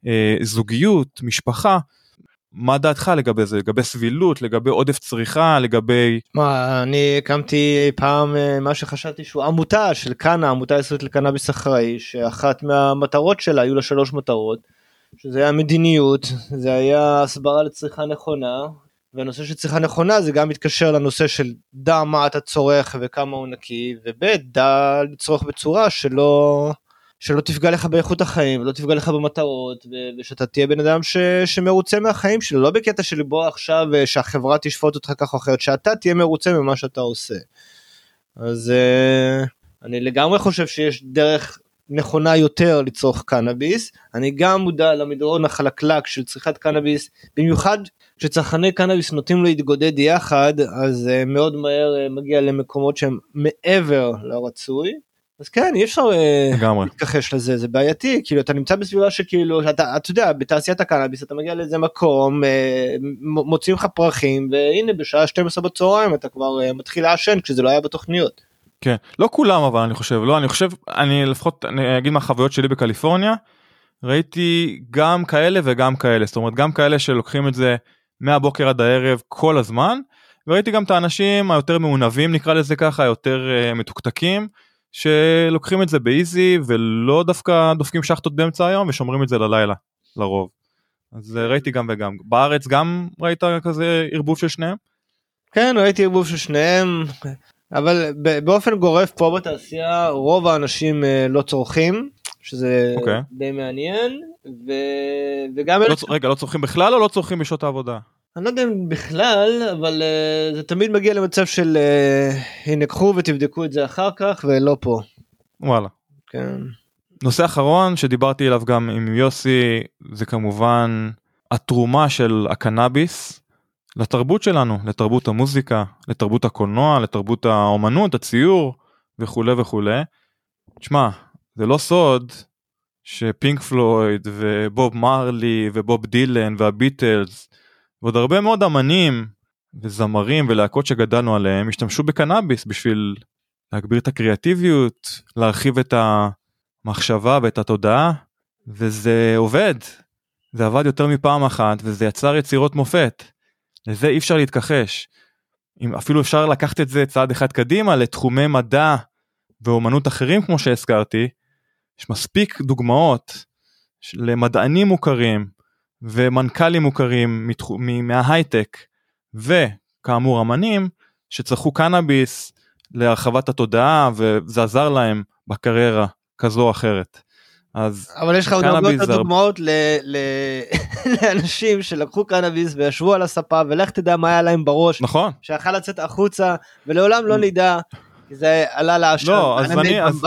זוגיות, משפחה. מה דעתך לגבי זה? לגבי סבילות, לגבי עודף צריכה, לגבי... אני הקמתי פעם מה שחשבתי שהוא עמותה של קאנה, עמותה ישראלית לקנאביס אחראי, שאחת מהמטרות שלה, היו לה 3 מטרות, שזה היה מדיניות, זה היה הסברה לצריכה נכונה, והנושא של צריכה נכונה זה גם מתקשר לנושא של דע מה אתה צורך וכמה הוא נקי, וב' דע לצרוך בצורה שלא תפגע לך באיכות החיים, ולא תפגע לך במטרות, ושאתה תהיה בן אדם שמרוצה מהחיים שלו, לא בקטע של בוא עכשיו שהחברה תשפוט אותך כך או אחרת, שאתה תהיה מרוצה ממה שאתה עושה. אז אני לגמרי חושב שיש דרך נכונה יותר לצרוך קנאביס, אני גם מודע למדרון החלקלק של צריכת קנאביס, במיוחד כשצרכני קנאביס נוטים להתגודד יחד, אז מאוד מהר מגיע למקומות שהם מעבר לרצוי, אז כן, אי אפשר להתכחש לזה, זה בעייתי, כאילו אתה נמצא בסביבה שכאילו, אתה יודע, בתעשיית הקנאביס אתה מגיע לאיזה מקום, מוצאים לך פרחים, והנה בשעה 12 בצהריים אתה כבר מתחיל לעשן, כשזה לא היה בתוכניות. כן, לא כולם אבל אני חושב, אני לפחות, אני אגיד מהחוויות שלי בקליפורניה, ראיתי גם כאלה וגם כאלה, זאת אומרת גם כאלה שלוקחים את זה מהבוקר עד הערב כל הזמן, וראיתי גם את האנשים היותר מעונבים, נקרא לזה ככה, היותר מתוקתקים, שלוקחים את זה באיזי, ולא דווקא דופקים שחטות באמצע היום, ושומרים את זה ללילה, לרוב. אז ראיתי גם וגם. בארץ גם ראית כזה ערבוב של שניהם? כן, ראיתי ערבוב של שניהם, אבל באופן גורף פה בתעשייה, רוב האנשים לא צורכים, שזה די מעניין, וגם... רגע, לא צורכים בכלל או לא צורכים בשעות העבודה? אני לא יודע בכלל, אבל זה תמיד מגיע למצב של הנה קחו ותבדקו את זה אחר כך, ולא פה. וואלה. כן. נושא אחרון שדיברתי עליו גם עם יוסי, זה כמובן התרומה של הקנאביס לתרבות שלנו, לתרבות המוזיקה, לתרבות הקולנוע, לתרבות האומנות, הציור וכו' וכו'. תשמע, זה לא סוד שפינק פלויד ובוב מרלי ובוב דילן והביטלס ועוד הרבה מאוד אמנים וזמרים ולהקות שגדלנו עליהם השתמשו בקנאביס בשביל להגביר את הקריאטיביות, להרחיב את המחשבה ואת התודעה, וזה עובד. זה עבד יותר מפעם אחת וזה יצר יצירות מופת. לזה אי אפשר להתכחש. אפילו אפשר לקחת את זה צעד אחד קדימה לתחומי מדע ואומנות אחרים כמו שהזכרתי. יש מספיק דוגמאות למדענים מוכרים ומנכ"לים מוכרים מההייטק, וכאמור אמנים שצרכו קנאביס להרחבת התודעה, וזה עזר להם בקריירה כזו או אחרת. אבל יש לך עוד הרבה יותר דוגמאות לאנשים שלקחו קנאביס וישבו על הספה, ולך תדע מה היה להם בראש, נכון. שיכל לצאת החוצה, ולעולם לא נדע, כי זה עלה לעשן. לא, אז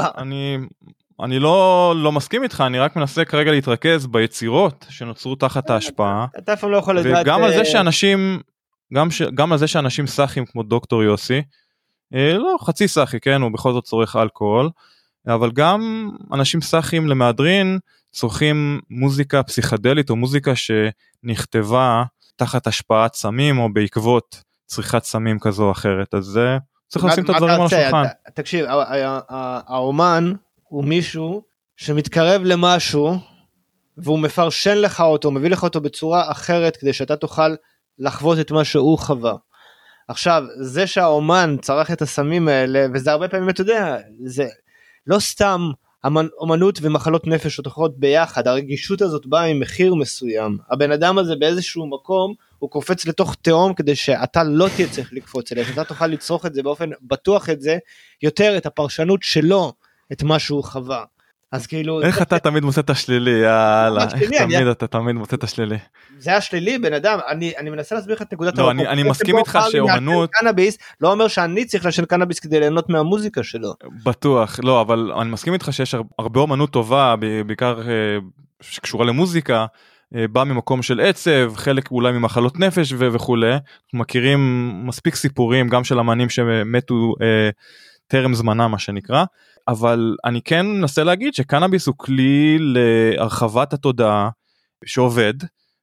אני לא מסכים איתך, אני רק מנסה כרגע להתרכז ביצירות שנוצרו תחת ההשפעה. אתה אף לא יכול לדעת. וגם על זה שאנשים, גם על זה שאנשים סחים כמו דוקטור יוסי, לא חצי סחי, כן, הוא בכל זאת צורך אלכוהול, אבל גם אנשים סחים למהדרין, צורכים מוזיקה פסיכדלית, או מוזיקה שנכתבה תחת השפעת סמים, או בעקבות צריכת סמים כזו או אחרת, אז צריך לשים את הדברים על השולחן. תקשיב, האומן, הוא מישהו שמתקרב למשהו והוא מפרשן לך אותו, מביא לך אותו בצורה אחרת, כדי שאתה תוכל לחוות את מה שהוא חווה. עכשיו, זה שהאומן צרך את הסמים האלה, וזה הרבה פעמים, אתה יודע, זה לא סתם אומנות ומחלות נפש שותכות ביחד, הרגישות הזאת באה עם מחיר מסוים, הבן אדם הזה באיזשהו מקום, הוא קופץ לתוך תהום, כדי שאתה לא תהיה צריך לקפוץ אליה, שאתה תוכל לצרוך את זה באופן בטוח את זה, יותר את הפרשנות שלו, את מה שהוא חווה. אז כאילו... איך אתה תמיד מוצא את השלילי, יאללה, איך תמיד אתה תמיד מוצא את השלילי. זה השלילי, בן אדם, אני מנסה להסביר לך את נקודת לא, אני מסכים איתך שאומנות... קנאביס, לא אומר שאני צריך לשן קנאביס כדי ליהנות מהמוזיקה שלו. בטוח, לא, אבל אני מסכים איתך שיש הרבה אומנות טובה, בעיקר שקשורה למוזיקה, בא ממקום של עצב, חלק אולי ממחלות נפש וכו'. אנחנו מכירים מספיק סיפורים, גם של אמנים שמתו טרם זמנה, מה שנקרא. אבל אני כן מנסה להגיד שקנאביס הוא כלי להרחבת התודעה שעובד,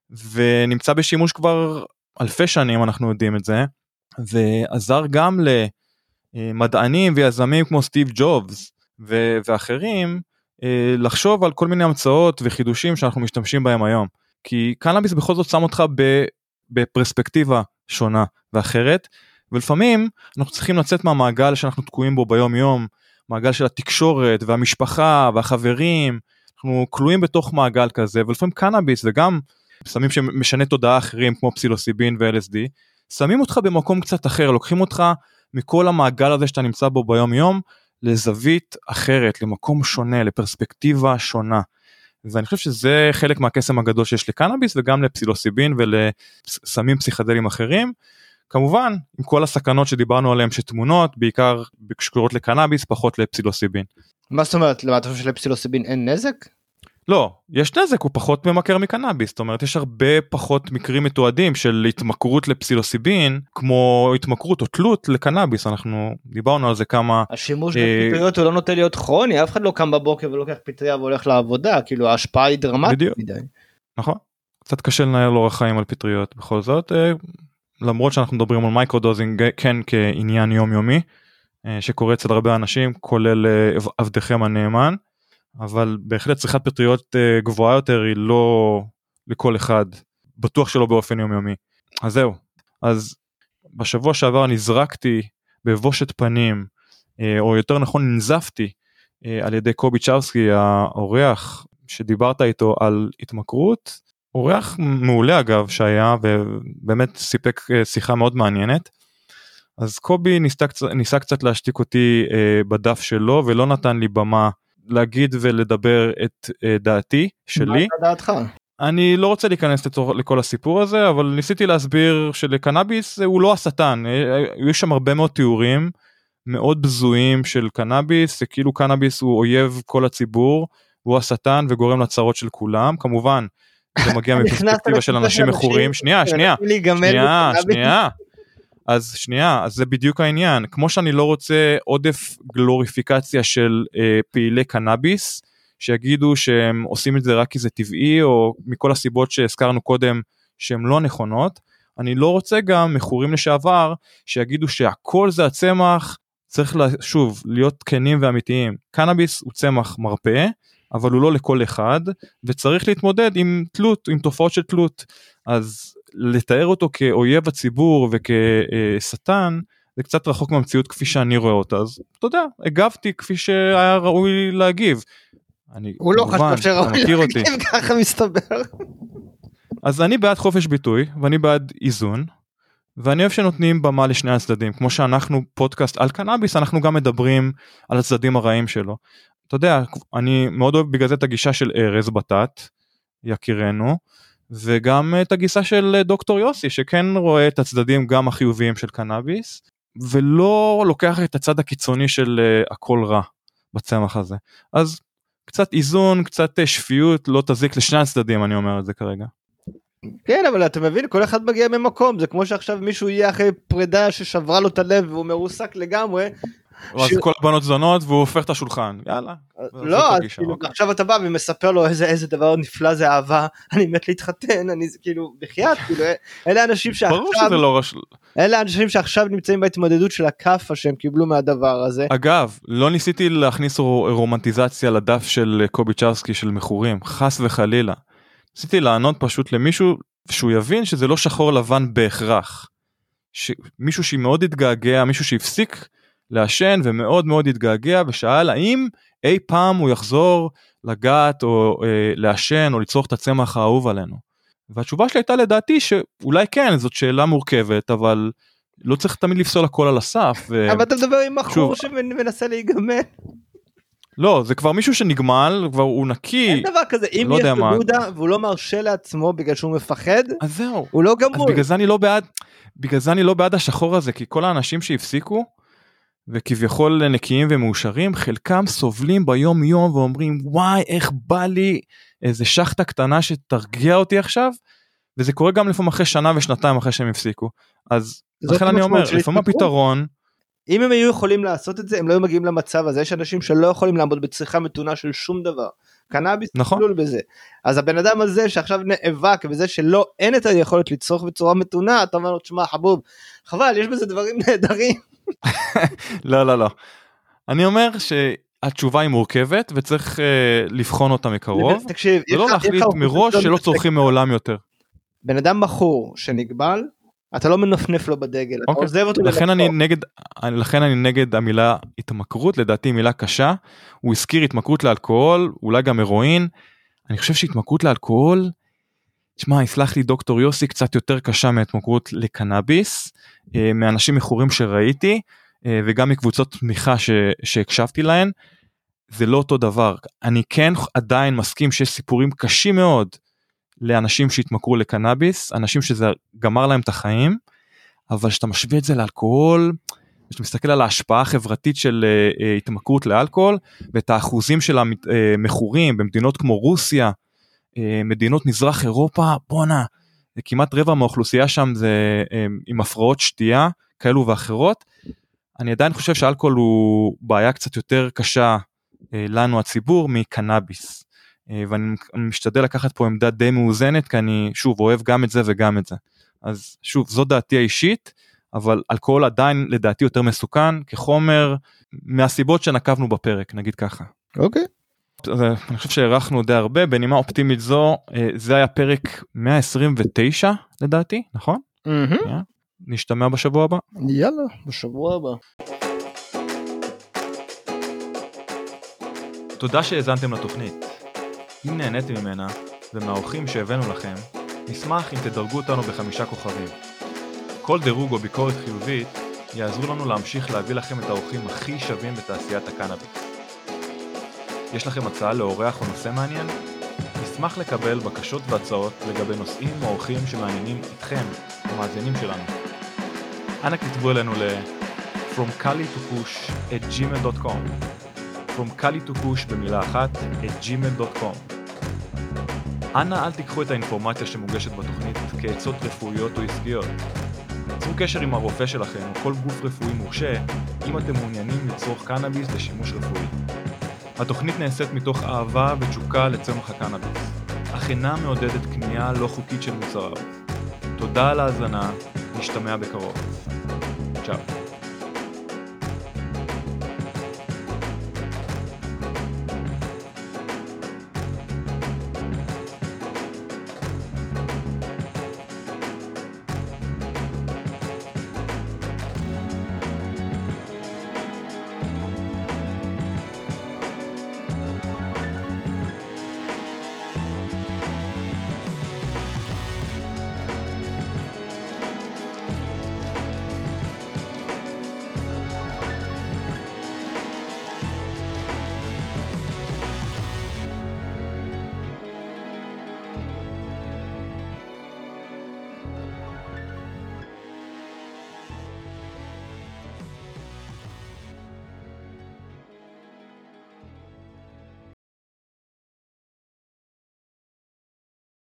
ונמצא בשימוש כבר אלפי שנים, אנחנו יודעים את זה, ועזר גם למדענים ויזמים כמו סטיב ג'ובס ואחרים, לחשוב על כל מיני המצאות וחידושים שאנחנו משתמשים בהם היום, כי קנאביס בכל זאת שם אותך בפרספקטיבה שונה ואחרת, ולפעמים אנחנו צריכים לצאת מהמעגל שאנחנו תקועים בו ביום יום, מעגל של התקשורת והמשפחה והחברים, אנחנו כלואים בתוך מעגל כזה, ולפעמים קנאביס וגם סמים שמשנה תודעה אחרים כמו פסילוסיבין ו-LSD, שמים אותך במקום קצת אחר, לוקחים אותך מכל המעגל הזה שאתה נמצא בו ביום יום, לזווית אחרת, למקום שונה, לפרספקטיבה שונה, ואני חושב שזה חלק מהקסם הגדול שיש לקנאביס, וגם לפסילוסיבין ולסמים פסיכדליים אחרים, כמובן, עם כל הסכנות שדיברנו עליהן שתמונות, בעיקר שקורות לקנאביס, פחות לפסילוסיבין. מה זאת אומרת? למה אתה חושב שלפסילוסיבין אין נזק? לא, יש נזק, הוא פחות ממכר מקנאביס, זאת אומרת, יש הרבה פחות מקרים מתועדים של התמכרות לפסילוסיבין, כמו התמכרות או תלות לקנאביס, אנחנו דיברנו על זה כמה... השימוש בפטריות הוא לא נוטה להיות כרוני, אף אחד לא קם בבוקר ולוקח פטריה והולך לעבודה, כאילו ההשפעה היא דרמטית מדי. נכון, קצת קשה לנהל אורח חיים על פטריות, בכל זאת, למרות שאנחנו מדברים על מייקרודוזינג כן כעניין יומיומי, שקורה אצל הרבה אנשים, כולל עבדכם הנאמן, אבל בהחלט צריכת פטריות גבוהה יותר היא לא לכל אחד, בטוח שלא באופן יומיומי. אז זהו, אז בשבוע שעבר נזרקתי בבושת פנים, או יותר נכון ננזפתי על ידי קובי צ'רסקי, האורח שדיברת איתו על התמכרות, אורח מעולה אגב שהיה, ובאמת סיפק שיחה מאוד מעניינת. אז קובי ניסה קצת להשתיק אותי בדף שלו, ולא נתן לי במה להגיד ולדבר את דעתי שלי. מה דעתך? אני לא רוצה להיכנס לכל הסיפור הזה, אבל ניסיתי להסביר שלקנאביס הוא לא השטן, יש שם הרבה מאוד תיאורים, מאוד בזויים של קנאביס, כאילו קנאביס הוא אויב כל הציבור, הוא השטן וגורם לצרות של כולם, כמובן, זה מגיע מפרספקטיבה של אנשים מכורים, שנייה, אז זה בדיוק העניין, כמו שאני לא רוצה עודף גלוריפיקציה של פעילי קנאביס, שיגידו שהם עושים את זה רק כי זה טבעי, או מכל הסיבות שהזכרנו קודם, שהן לא נכונות, אני לא רוצה גם מכורים לשעבר, שיגידו שהכל זה הצמח, צריך שוב להיות כנים ואמיתיים, קנאביס הוא צמח מרפא, אבל הוא לא לכל אחד, וצריך להתמודד עם תלות, עם תופעות של תלות, אז לתאר אותו כאויב הציבור וכשטן, זה קצת רחוק מהמציאות כפי שאני רואה אותה, אז אתה יודע, הגבתי כפי שהיה ראוי להגיב. הוא לא חשב שראוי להגיב, ככה מסתבר. אז אני בעד חופש ביטוי, ואני בעד איזון, ואני אוהב שנותנים במה לשני הצדדים, כמו שאנחנו פודקאסט על קנאביס, אנחנו גם מדברים על הצדדים הרעים שלו. אתה יודע, אני מאוד אוהב בגלל זה את הגישה של ארז בטט, יקירנו, וגם את הגישה של דוקטור יוסי, שכן רואה את הצדדים גם החיוביים של קנאביס, ולא לוקח את הצד הקיצוני של הכל רע בצמח הזה. אז קצת איזון, קצת שפיות, לא תזיק לשני הצדדים, אני אומר את זה כרגע. כן, אבל אתה מבין, כל אחד מגיע ממקום, זה כמו שעכשיו מישהו יהיה אחרי פרידה ששברה לו את הלב, והוא מרוסק לגמרי, אז כל הבנות זונות והוא הופך את השולחן, יאללה. לא, עכשיו אתה בא ומספר לו איזה דבר נפלא זה אהבה, אני מת להתחתן, אני כאילו, בחייאת, כאילו, אלה אנשים שעכשיו נמצאים בהתמודדות של הכאפה שהם קיבלו מהדבר הזה. אגב, לא ניסיתי להכניס רומנטיזציה לדף של קוביצ'רסקי של מכורים, חס וחלילה. ניסיתי לענות פשוט למישהו שהוא יבין שזה לא שחור לבן בהכרח. מישהו שמאוד התגעגע, מישהו שהפסיק לעשן ומאוד מאוד התגעגע ושאל האם אי פעם הוא יחזור לגעת או לעשן או לצרוך את הצמח האהוב עלינו. והתשובה שלי הייתה לדעתי שאולי כן, זאת שאלה מורכבת, אבל לא צריך תמיד לפסול הכל על הסף. אבל אתה מדבר עם בחור שמנסה להיגמל. לא, זה כבר מישהו שנגמל, כבר הוא נקי. אין דבר כזה, אם יש לו דודה והוא לא מרשה לעצמו בגלל שהוא מפחד, אז זהו. הוא לא גמול. אז בגלל זה אני לא בעד השחור הזה, כי כל האנשים שהפסיקו, וכביכול נקיים ומאושרים, חלקם סובלים ביום יום ואומרים, וואי, איך בא לי איזה שחטה קטנה שתרגיע אותי עכשיו, וזה קורה גם לפעמים אחרי שנה ושנתיים אחרי שהם הפסיקו. אז לכן אני אומר, לפעמים הפתרון, אם הם היו יכולים לעשות את זה, הם לא היו מגיעים למצב הזה, יש אנשים שלא יכולים לעמוד בצריכה מתונה של שום דבר, קנאביס כלול בזה, אז הבן אדם הזה שעכשיו נאבק בזה שלא, אין את היכולת לצרוך בצורה מתונה, אתה אומר לו, תשמע חבוב, חבל, יש בזה דברים נהדרים. לא. אני אומר שהתשובה היא מורכבת, וצריך לבחון אותה מקרוב, ולא להחליט מראש שלא צורכים מעולם יותר. בן אדם מכור שנגבל, אתה לא מנפנף לו בדגל, אתה עוזב אותו. לכן אני נגד המילה התמכרות, לדעתי מילה קשה, הוא הזכיר התמכרות לאלכוהול, אולי גם הרואין, אני חושב שהתמכרות לאלכוהול, תשמע, יסלח לי דוקטור יוסי, קצת יותר קשה מהתמכרות לקנאביס, מאנשים מכורים שראיתי, וגם מקבוצות תמיכה שהקשבתי להן, זה לא אותו דבר. אני כן עדיין מסכים שיש סיפורים קשים מאוד, לאנשים שהתמכרו לקנאביס, אנשים שזה גמר להם את החיים, אבל שאתה משווה את זה לאלכוהול, שאתה מסתכל על ההשפעה החברתית של התמכרות לאלכוהול, ואת האחוזים של המכורים במדינות כמו רוסיה, מדינות מזרח אירופה, בונה, כמעט רבע מהאוכלוסייה שם זה עם הפרעות שתייה, כאלו ואחרות. אני עדיין חושב שאלכוהול הוא בעיה קצת יותר קשה לנו הציבור מקנאביס. ואני משתדל לקחת פה עמדה די מאוזנת, כי אני שוב אוהב גם את זה וגם את זה. אז שוב, זו דעתי האישית, אבל אלכוהול עדיין לדעתי יותר מסוכן, כחומר מהסיבות שנקבנו בפרק, נגיד ככה. אוקיי. אז אני חושב שהערכנו די הרבה, בנימה אופטימית זו, זה היה פרק 129 לדעתי, נכון? נשתמע בשבוע הבא? יאללה, בשבוע הבא. תודה שהאזנתם לתוכנית. אם נהניתם ממנה, ומהאורחים שהבאנו לכם, נשמח אם תדרגו אותנו ב5 כוכבים. כל דירוג או ביקורת חיובית יעזרו לנו להמשיך להביא לכם את האורחים הכי שווים בתעשיית הקנאביס. יש לכם הצעה לאורח או נושא מעניין? נשמח לקבל בקשות והצעות לגבי נושאים או אורחים שמעניינים אתכם, המאזינים שלנו. אנא כתבו אלינו fromcali2push@gmail.com fromcali2push במילה אחת @gmail.com. אנא אל תיקחו את האינפורמציה שמוגשת בתוכנית כעצות רפואיות או עסקיות. צרו קשר עם הרופא שלכם או כל גוף רפואי מורשה אם אתם מעוניינים לצרוך קנאביס לשימוש רפואי. התוכנית נעשית מתוך אהבה ותשוקה לצמח הקנאביס, אך אינה מעודדת קנייה לא חוקית של מוצריו. תודה על ההאזנה, נשתמע בקרוב. צ'או.